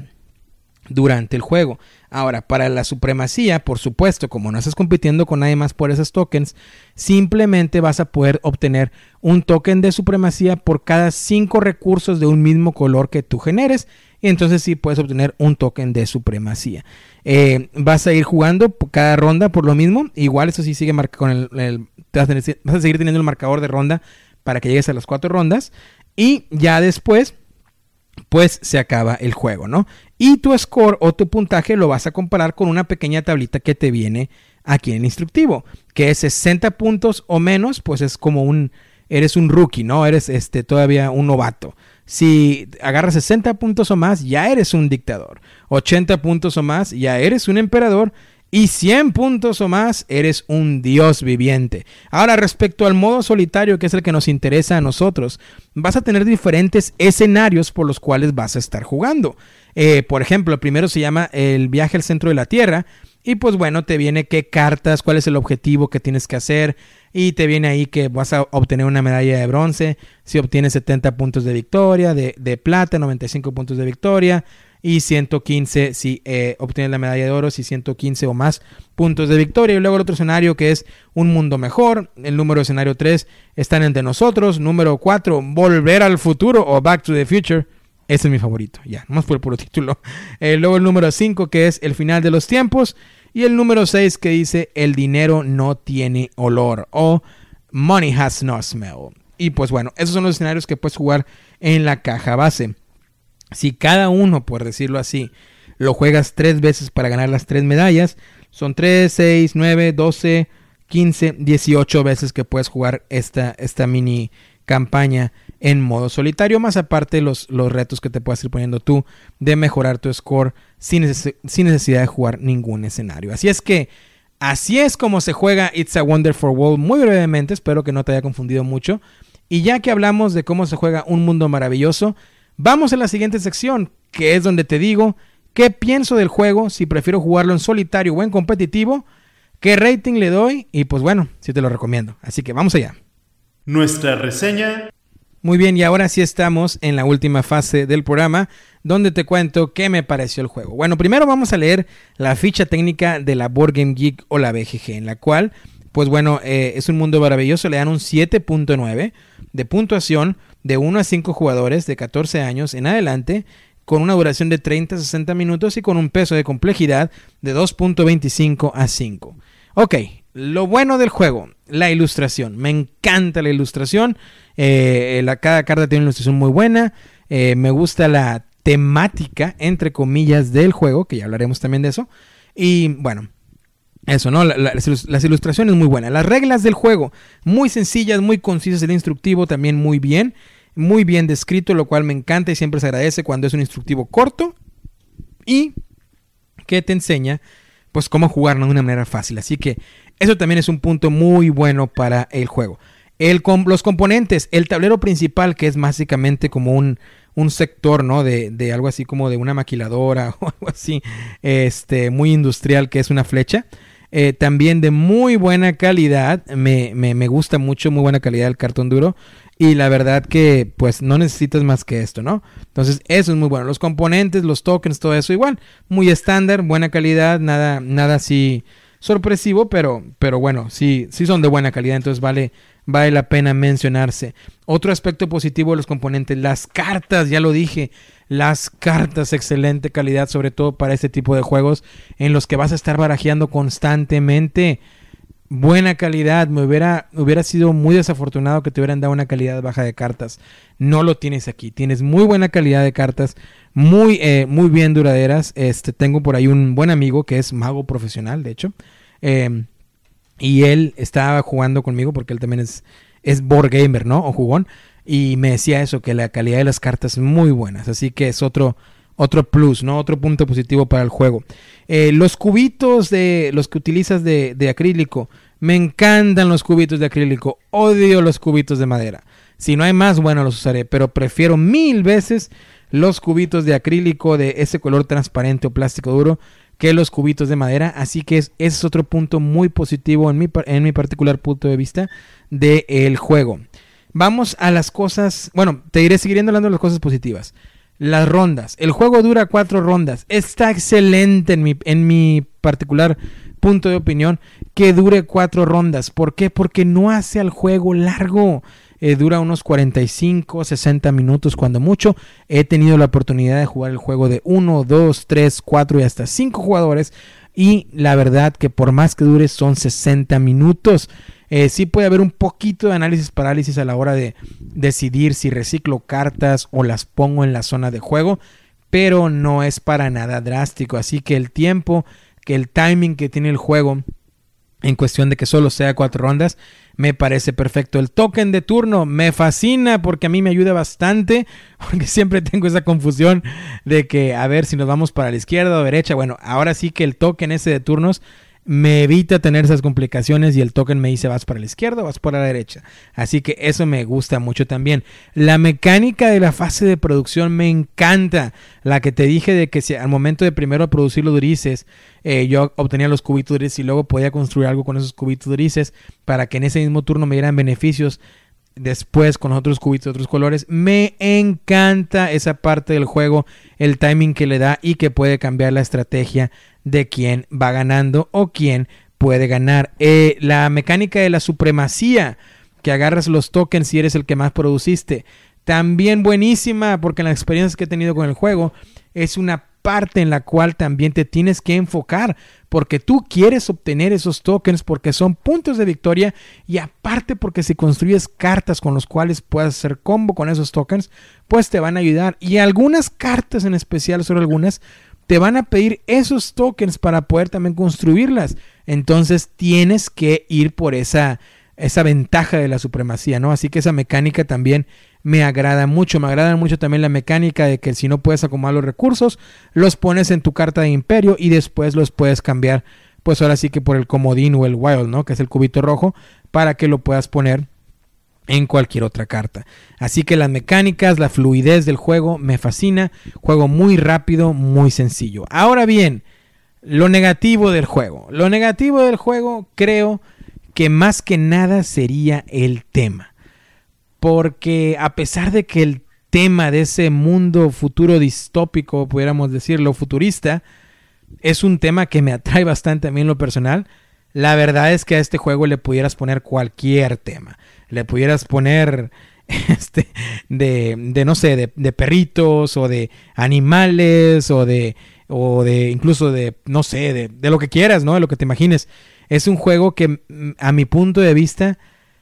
durante el juego. Ahora, para la supremacía, por supuesto, como no estás compitiendo con nadie más por esos tokens, simplemente vas a poder obtener un token de supremacía por cada 5 recursos de un mismo color que tú generes, y entonces sí puedes obtener un token de supremacía. Vas a ir jugando cada ronda por lo mismo, igual eso sí sigue con vas a seguir teniendo el marcador de ronda para que llegues a las 4 rondas, y ya después pues se acaba el juego, ¿no? Y tu score o tu puntaje lo vas a comparar con una pequeña tablita que te viene aquí en el instructivo, que es 60 puntos o menos, pues es como eres un rookie, ¿no? Eres todavía un novato. Si agarras 60 puntos o más, ya eres un dictador. 80 puntos o más, ya eres un emperador. Y 100 puntos o más, eres un dios viviente. Ahora, respecto al modo solitario, que es el que nos interesa a nosotros, vas a tener diferentes escenarios por los cuales vas a estar jugando. Por ejemplo, el primero se llama el viaje al centro de la Tierra. Y pues bueno, te viene qué cartas, cuál es el objetivo que tienes que hacer. Y te viene ahí que vas a obtener una medalla de bronce si obtienes 70 puntos de victoria, de plata, 95 puntos de victoria. Y 115 si obtienes la medalla de oro, si 115 o más puntos de victoria. Y luego el otro escenario que es un mundo mejor. El número de escenario 3 están entre nosotros. Número 4, volver al futuro o Back to the Future. Ese es mi favorito, ya, nomás por el puro título. Luego el número 5 que es el final de los tiempos. Y el número 6 que dice el dinero no tiene olor o Money has no smell. Y pues bueno, esos son los escenarios que puedes jugar en la caja base. Si cada uno, por decirlo así, lo juegas 3 veces para ganar las 3 medallas, son 3, 6, 9, 12, 15, 18 veces que puedes jugar esta mini campaña en modo solitario, más aparte los retos que te puedas ir poniendo tú de mejorar tu score sin necesidad de jugar ningún escenario. Así es como se juega It's a Wonderful World muy brevemente, espero que no te haya confundido mucho. Y ya que hablamos de cómo se juega Un Mundo Maravilloso, Vamos a la siguiente sección, que es donde te digo qué pienso del juego, si prefiero jugarlo en solitario o en competitivo, qué rating le doy y pues bueno, sí te lo recomiendo. Así que vamos allá. Nuestra reseña. Muy bien, y ahora sí estamos en la última fase del programa, donde te cuento qué me pareció el juego. Bueno, primero vamos a leer la ficha técnica de la Board Game Geek o la BGG, en la cual, pues bueno, es un mundo maravilloso. Le dan un 7.9 de puntuación de 1 a 5 jugadores de 14 años en adelante, con una duración de 30 a 60 minutos y con un peso de complejidad de 2.25 a 5. Ok, lo bueno del juego, la ilustración. Me encanta la ilustración. Cada carta tiene una ilustración muy buena. Me gusta la temática, entre comillas, del juego, que ya hablaremos también de eso. Y bueno, eso, ¿no? Las ilustraciones muy buenas. Las reglas del juego, muy sencillas, muy concisas. El instructivo también muy bien descrito, lo cual me encanta y siempre se agradece cuando es un instructivo corto y que te enseña pues cómo jugarlo de una manera fácil. Así que eso también es un punto muy bueno para el juego. Los componentes, el tablero principal, que es básicamente como un sector, ¿no? de algo así como de una maquiladora o algo así, muy industrial, que es una flecha. También de muy buena calidad, me gusta mucho, muy buena calidad el cartón duro. Y la verdad que pues no necesitas más que esto, ¿no? Entonces eso es muy bueno. Los componentes, los tokens, todo eso igual. Muy estándar, buena calidad, nada así sorpresivo, pero bueno, sí son de buena calidad, entonces vale la pena mencionarse. Otro aspecto positivo de los componentes, las cartas, ya lo dije, las cartas, excelente calidad, sobre todo para este tipo de juegos en los que vas a estar barajeando constantemente. Buena calidad, me hubiera sido muy desafortunado que te hubieran dado una calidad baja de cartas. No lo tienes aquí, tienes muy buena calidad de cartas, muy bien duraderas. Tengo por ahí un buen amigo que es mago profesional, de hecho, y él estaba jugando conmigo porque él también es board gamer, ¿no? O jugón, y me decía eso, que la calidad de las cartas es muy buenas, así que es otro plus, ¿no? Otro punto positivo para el juego. Los cubitos los que utilizas de acrílico, me encantan los cubitos de acrílico, odio los cubitos de madera. Si no hay más, bueno, los usaré, pero prefiero 1000 veces los cubitos de acrílico de ese color transparente o plástico duro que los cubitos de madera, así que ese es otro punto muy positivo en mi particular punto de vista del juego. Vamos a las cosas, bueno, te iré siguiendo hablando de las cosas positivas. Las rondas. El juego dura 4 rondas. Está excelente en mi particular punto de opinión que dure 4 rondas. ¿Por qué? Porque no hace al juego largo. Dura unos 45, 60 minutos cuando mucho. He tenido la oportunidad de jugar el juego de 1, 2, 3, 4 y hasta 5 jugadores. Y la verdad que por más que dure son 60 minutos. Sí puede haber un poquito de análisis parálisis a la hora de decidir si reciclo cartas o las pongo en la zona de juego, pero no es para nada drástico, así que el tiempo, que el timing que tiene el juego en cuestión de que solo sea 4 rondas, me parece perfecto. El token de turno me fascina porque a mí me ayuda bastante, porque siempre tengo esa confusión de que a ver si nos vamos para la izquierda o derecha. Bueno, ahora sí que el token ese de turnos me evita tener esas complicaciones y el token me dice vas para la izquierda o vas para la derecha, así que eso me gusta mucho también. La mecánica de la fase de producción me encanta, la que te dije de que si al momento de primero producir los grises, yo obtenía los cubitos grises y luego podía construir algo con esos cubitos grises para que en ese mismo turno me dieran beneficios después con otros cubitos de otros colores. Me encanta esa parte del juego, el timing que le da y que puede cambiar la estrategia de quién va ganando o quién puede ganar. La mecánica de la supremacía, que agarras los tokens si eres el que más produciste, también buenísima, porque en las experiencias que he tenido con el juego es una parte en la cual también te tienes que enfocar, porque tú quieres obtener esos tokens porque son puntos de victoria, y aparte porque si construyes cartas con los cuales puedas hacer combo con esos tokens, pues te van a ayudar, y algunas cartas en especial, solo algunas, te van a pedir esos tokens para poder también construirlas. Entonces tienes que ir por esa ventaja de la supremacía, ¿no? Así que esa mecánica también me agrada mucho. Me agrada mucho también la mecánica de que si no puedes acomodar los recursos, los pones en tu carta de imperio y después los puedes cambiar, pues ahora sí que por el comodín o el wild, ¿no? Que es el cubito rojo, para que lo puedas poner en cualquier otra carta. Así que las mecánicas, la fluidez del juego me fascina. Juego muy rápido, muy sencillo. Ahora bien, lo negativo del juego. Lo negativo del juego creo que más que nada sería el tema. Porque a pesar de que el tema de ese mundo futuro distópico, pudiéramos decirlo, futurista, es un tema que me atrae bastante a mí en lo personal, la verdad es que a este juego le pudieras poner cualquier tema. Le pudieras poner no sé, de perritos o de animales o de incluso de, no sé, de lo que quieras, ¿no? De lo que te imagines. Es un juego que a mi punto de vista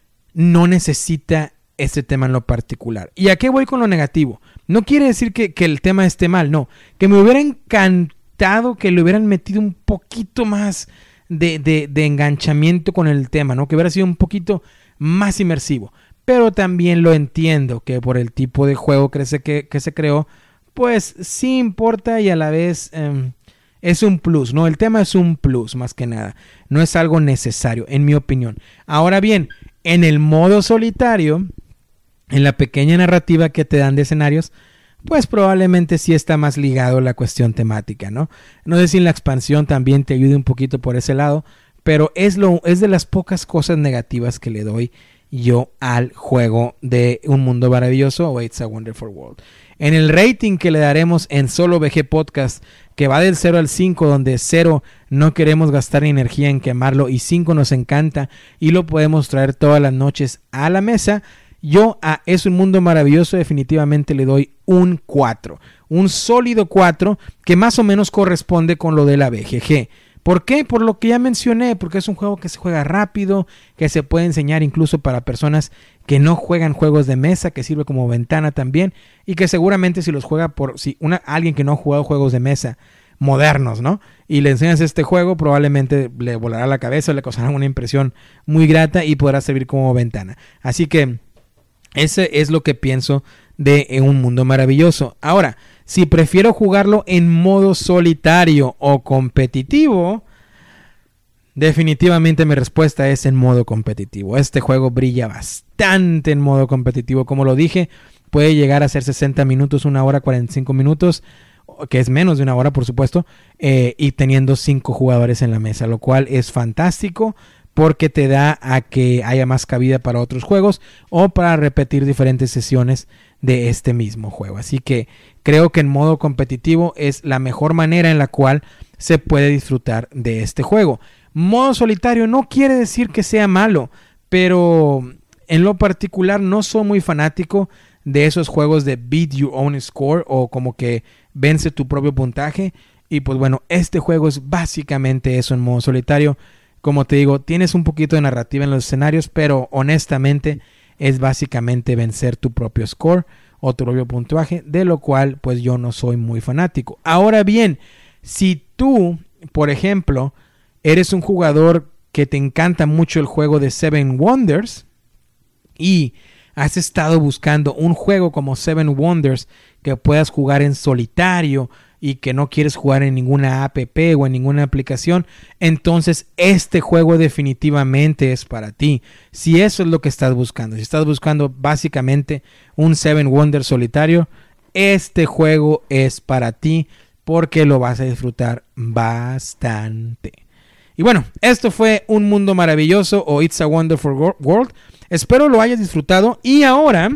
no necesita este tema en lo particular. ¿Y a qué voy con lo negativo? No quiere decir que el tema esté mal, no. Que me hubiera encantado que le hubieran metido un poquito más de enganchamiento con el tema, ¿no? Que hubiera sido un poquito más inmersivo. Pero también lo entiendo que por el tipo de juego que se creó, pues sí importa y a la vez es un plus, ¿no? El tema es un plus más que nada. No es algo necesario, en mi opinión. Ahora bien, en el modo solitario, en la pequeña narrativa que te dan de escenarios, pues probablemente sí está más ligado a la cuestión temática, ¿no? No sé si en la expansión también te ayude un poquito por ese lado, pero es de las pocas cosas negativas que le doy yo al juego de Un Mundo Maravilloso o It's a Wonderful World. En el rating que le daremos en Solo VG Podcast, que va del 0 al 5, donde 0 no queremos gastar energía en quemarlo y 5 nos encanta y lo podemos traer todas las noches a la mesa, yo a Es un Mundo Maravilloso definitivamente le doy un 4. Un sólido 4 que más o menos corresponde con lo de la BGG. ¿Por qué? Por lo que ya mencioné, porque es un juego que se juega rápido, que se puede enseñar incluso para personas que no juegan juegos de mesa, que sirve como ventana también, y que seguramente si los juega alguien que no ha jugado juegos de mesa modernos, ¿no? Y le enseñas este juego, probablemente le volará la cabeza, le causará una impresión muy grata y podrá servir como ventana. Así que ese es lo que pienso de Un Mundo Maravilloso. Ahora, si prefiero jugarlo en modo solitario o competitivo, definitivamente mi respuesta es en modo competitivo. Este juego brilla bastante en modo competitivo. Como lo dije, puede llegar a ser 60 minutos, 1 hora, 45 minutos, que es menos de 1 hora, por supuesto, y teniendo 5 jugadores en la mesa, lo cual es fantástico porque te da a que haya más cabida para otros juegos o para repetir diferentes sesiones de este mismo juego. Así que creo que en modo competitivo es la mejor manera en la cual se puede disfrutar de este juego. Modo solitario no quiere decir que sea malo, pero en lo particular no soy muy fanático de esos juegos de beat your own score o como que vence tu propio puntaje. Y pues bueno, este juego es básicamente eso en modo solitario. Como te digo, tienes un poquito de narrativa en los escenarios, pero honestamente es básicamente vencer tu propio score o tu propio puntaje, de lo cual pues yo no soy muy fanático. Ahora bien, si tú, por ejemplo, eres un jugador que te encanta mucho el juego de Seven Wonders y has estado buscando un juego como Seven Wonders que puedas jugar en solitario y que no quieres jugar en ninguna app o en ninguna aplicación, entonces este juego definitivamente es para ti. Si eso es lo que estás buscando, si estás buscando básicamente un Seven Wonders solitario, este juego es para ti porque lo vas a disfrutar bastante. Y bueno, esto fue Un Mundo Maravilloso o It's a Wonderful World. Espero lo hayas disfrutado y ahora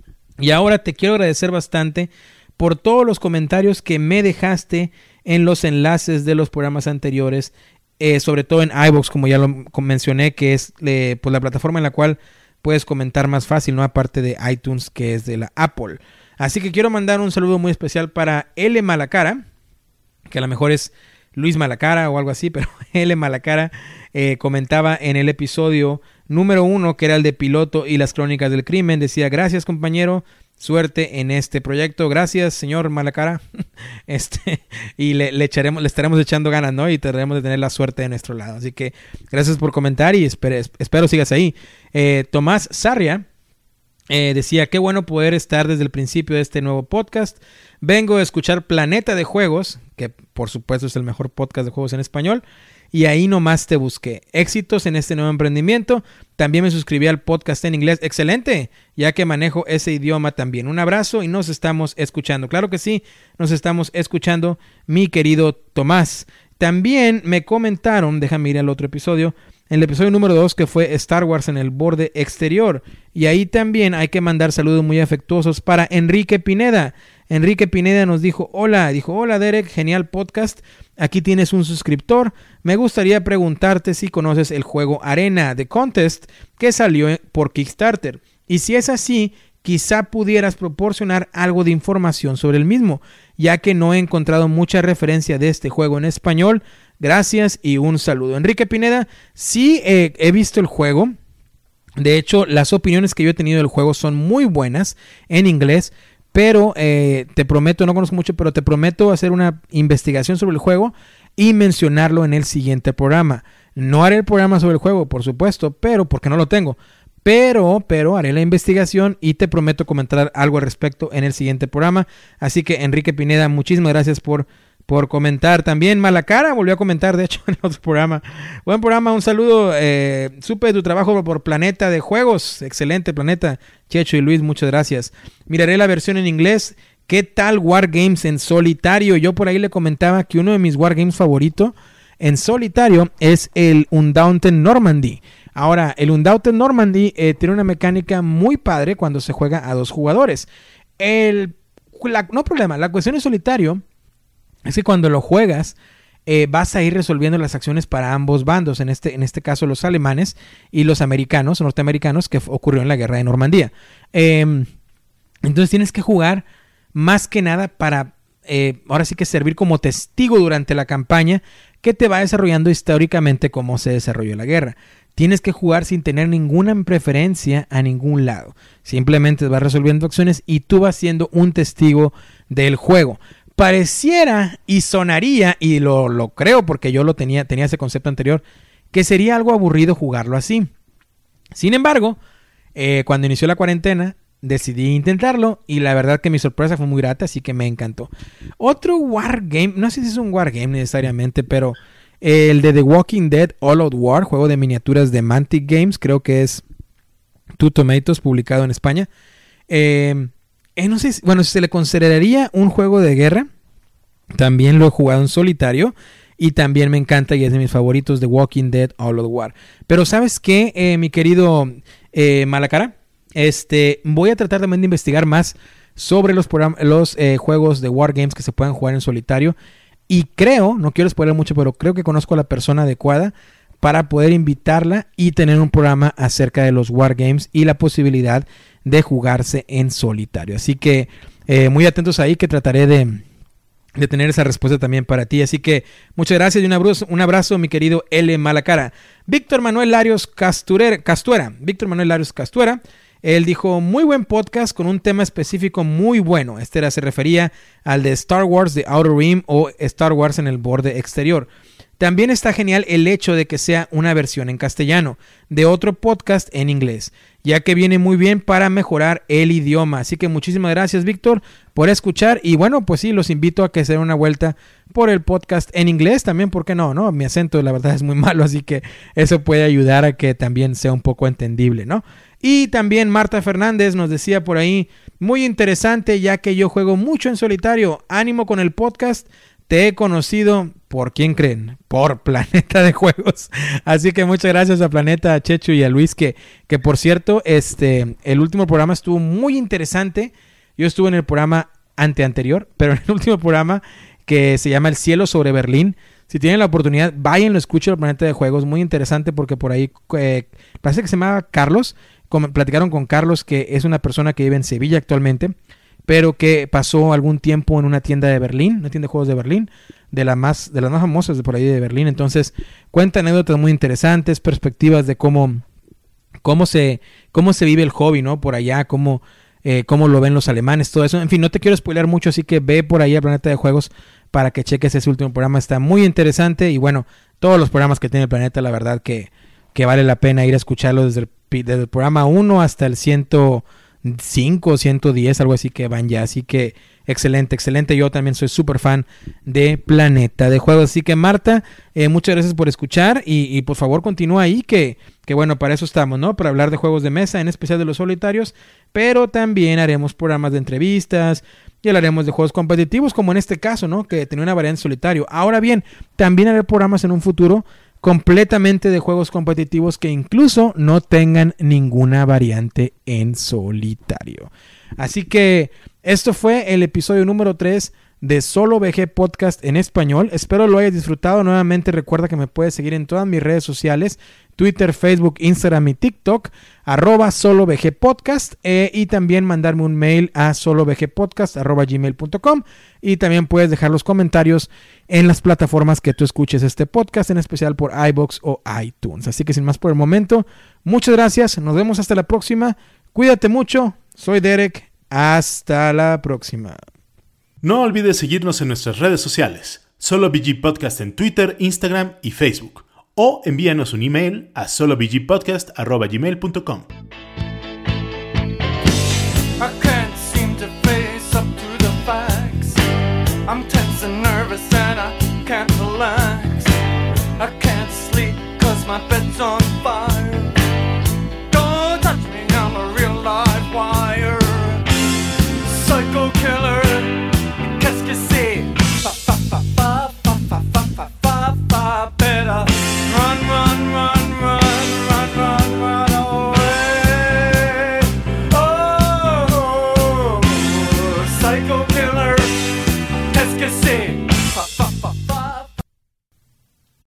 te quiero agradecer bastante por todos los comentarios que me dejaste en los enlaces de los programas anteriores, sobre todo en iVoox, como ya lo mencioné, que es pues la plataforma en la cual puedes comentar más fácil, ¿no? Aparte de iTunes, que es de la Apple. Así que quiero mandar un saludo muy especial para L. Malacara, que a lo mejor es Luis Malacara o algo así, pero L. Malacara comentaba en el episodio número 1, que era el de piloto y las crónicas del crimen, decía: gracias, compañero, suerte en este proyecto. Gracias, señor Malacara. Y le estaremos echando ganas, ¿no? Y trataremos de tener la suerte de nuestro lado. Así que gracias por comentar y espero sigas ahí. Tomás Sarria Decía, qué bueno poder estar desde el principio de este nuevo podcast. Vengo a escuchar Planeta de Juegos, que por supuesto es el mejor podcast de juegos en español, y ahí nomás te busqué. Éxitos en este nuevo emprendimiento. También me suscribí al podcast en inglés. Excelente, ya que manejo ese idioma también. Un abrazo y nos estamos escuchando. Claro que sí, nos estamos escuchando, mi querido Tomás. También me comentaron, déjame ir al otro episodio, en el episodio número 2, que fue Star Wars en el borde exterior. Y ahí también hay que mandar saludos muy afectuosos para Enrique Pineda. Enrique Pineda nos dijo, hola Derek, genial podcast. Aquí tienes un suscriptor. Me gustaría preguntarte si conoces el juego Arena The Contest que salió por Kickstarter. Y si es así, quizá pudieras proporcionar algo de información sobre el mismo, ya que no he encontrado mucha referencia de este juego en español. Gracias y un saludo. Enrique Pineda, sí he visto el juego. De hecho, las opiniones que yo he tenido del juego son muy buenas en inglés, pero te prometo, no conozco mucho, pero te prometo hacer una investigación sobre el juego y mencionarlo en el siguiente programa. No haré el programa sobre el juego, por supuesto, pero porque no lo tengo. Pero haré la investigación y te prometo comentar algo al respecto en el siguiente programa. Así que, Enrique Pineda, muchísimas gracias por comentar. También Malacara volvió a comentar, de hecho, en el otro programa. Buen programa, un saludo. Supe de tu trabajo por Planeta de Juegos. Excelente, Planeta. Checho y Luis, muchas gracias. Miraré la versión en inglés. ¿Qué tal Wargames en solitario? Yo por ahí le comentaba que uno de mis Wargames favorito en solitario es el Undaunted Normandy. Ahora, el Undaunted Normandy tiene una mecánica muy padre cuando se juega a 2 jugadores. No problema, la cuestión en solitario es que cuando lo juegas vas a ir resolviendo las acciones para ambos bandos, en este caso los alemanes y los americanos, norteamericanos, que ocurrió en la guerra de Normandía. Entonces tienes que jugar más que nada para ahora sí que servir como testigo durante la campaña que te va desarrollando históricamente cómo se desarrolló la guerra. Tienes que jugar sin tener ninguna preferencia a ningún lado. Simplemente vas resolviendo acciones y tú vas siendo un testigo del juego. Pareciera y sonaría, y lo creo porque yo tenía ese concepto anterior, que sería algo aburrido jugarlo así. Sin embargo, cuando inició la cuarentena, decidí intentarlo y la verdad que mi sorpresa fue muy grata, así que me encantó. Otro wargame, no sé si es un wargame necesariamente, pero el de The Walking Dead All Out War, juego de miniaturas de Mantic Games, creo que es Two Tomatoes, publicado en España. No sé, si se le consideraría un juego de guerra. También lo he jugado en solitario y también me encanta y es de mis favoritos, The Walking Dead All Out War. Pero ¿sabes qué, mi querido Malacara? Voy a tratar también de investigar más sobre los juegos de wargames que se puedan jugar en solitario. Y creo, no quiero spoiler mucho, pero creo que conozco a la persona adecuada para poder invitarla y tener un programa acerca de los wargames y la posibilidad de jugarse en solitario. Así que muy atentos ahí, que trataré de tener esa respuesta también para ti. Así que muchas gracias y un abrazo, mi querido L. Malacara. Víctor Manuel Larios Castuera. Víctor Manuel Larios Castuera. Él dijo, muy buen podcast con un tema específico muy bueno. Se refería al de Star Wars The Outer Rim o Star Wars en el borde exterior. También está genial el hecho de que sea una versión en castellano de otro podcast en inglés, ya que viene muy bien para mejorar el idioma. Así que muchísimas gracias, Víctor, por escuchar. Y bueno, pues sí, los invito a que se den una vuelta por el podcast en inglés también, ¿por qué no? Mi acento la verdad es muy malo, así que eso puede ayudar a que también sea un poco entendible, ¿no? Y también Marta Fernández nos decía por ahí, muy interesante, ya que yo juego mucho en solitario. Ánimo con el podcast. Te he conocido, ¿por quién creen? Por Planeta de Juegos. Así que muchas gracias a Planeta, a Chechu y a Luis, que por cierto, el último programa estuvo muy interesante. Yo estuve en el programa anterior, pero en el último programa que se llama El Cielo sobre Berlín. Si tienen la oportunidad, vayan, lo escuchen, el Planeta de Juegos. Muy interesante porque por ahí parece que se llamaba Carlos. Platicaron con Carlos, que es una persona que vive en Sevilla actualmente, pero que pasó algún tiempo en una tienda de Berlín, una tienda de juegos de Berlín, de las más famosas de por ahí de Berlín. Entonces cuenta anécdotas muy interesantes, perspectivas de cómo se vive el hobby, ¿no? Por allá, cómo lo ven los alemanes, todo eso. En fin, no te quiero spoiler mucho, así que ve por ahí al Planeta de Juegos para que cheques ese último programa. Está muy interesante y bueno, todos los programas que tiene el Planeta, la verdad que vale la pena ir a escucharlo desde el programa 1 hasta el 100, 105, 110, algo así que van ya. Así que excelente, excelente. Yo también soy súper fan de Planeta de Juegos. Así que Marta, muchas gracias por escuchar y por favor continúa ahí que bueno, para eso estamos, ¿no? Para hablar de juegos de mesa, en especial de los solitarios, pero también haremos programas de entrevistas y hablaremos de juegos competitivos, como en este caso, ¿no? Que tenía una variante solitario. Ahora bien, también haré programas en un futuro completamente de juegos competitivos que incluso no tengan ninguna variante en solitario. Así que esto fue el episodio número 3 de Solo VG Podcast en español. Espero lo hayas disfrutado. Nuevamente recuerda que me puedes seguir en todas mis redes sociales: Twitter, Facebook, Instagram y TikTok, @SoloVGPodcast, y también mandarme un mail a solovgpodcast@gmail.com, y también puedes dejar los comentarios en las plataformas que tú escuches este podcast, en especial por iVoox o iTunes. Así que sin más por el momento, muchas gracias, nos vemos hasta la próxima, cuídate mucho, soy Derek, hasta la próxima. No olvides seguirnos en nuestras redes sociales, Solo VG Podcast en Twitter, Instagram y Facebook, o envíanos un email a solovgpodcast@gmail.com. I can't seem to face up to the facts. I'm tense and nervous and I can't lie.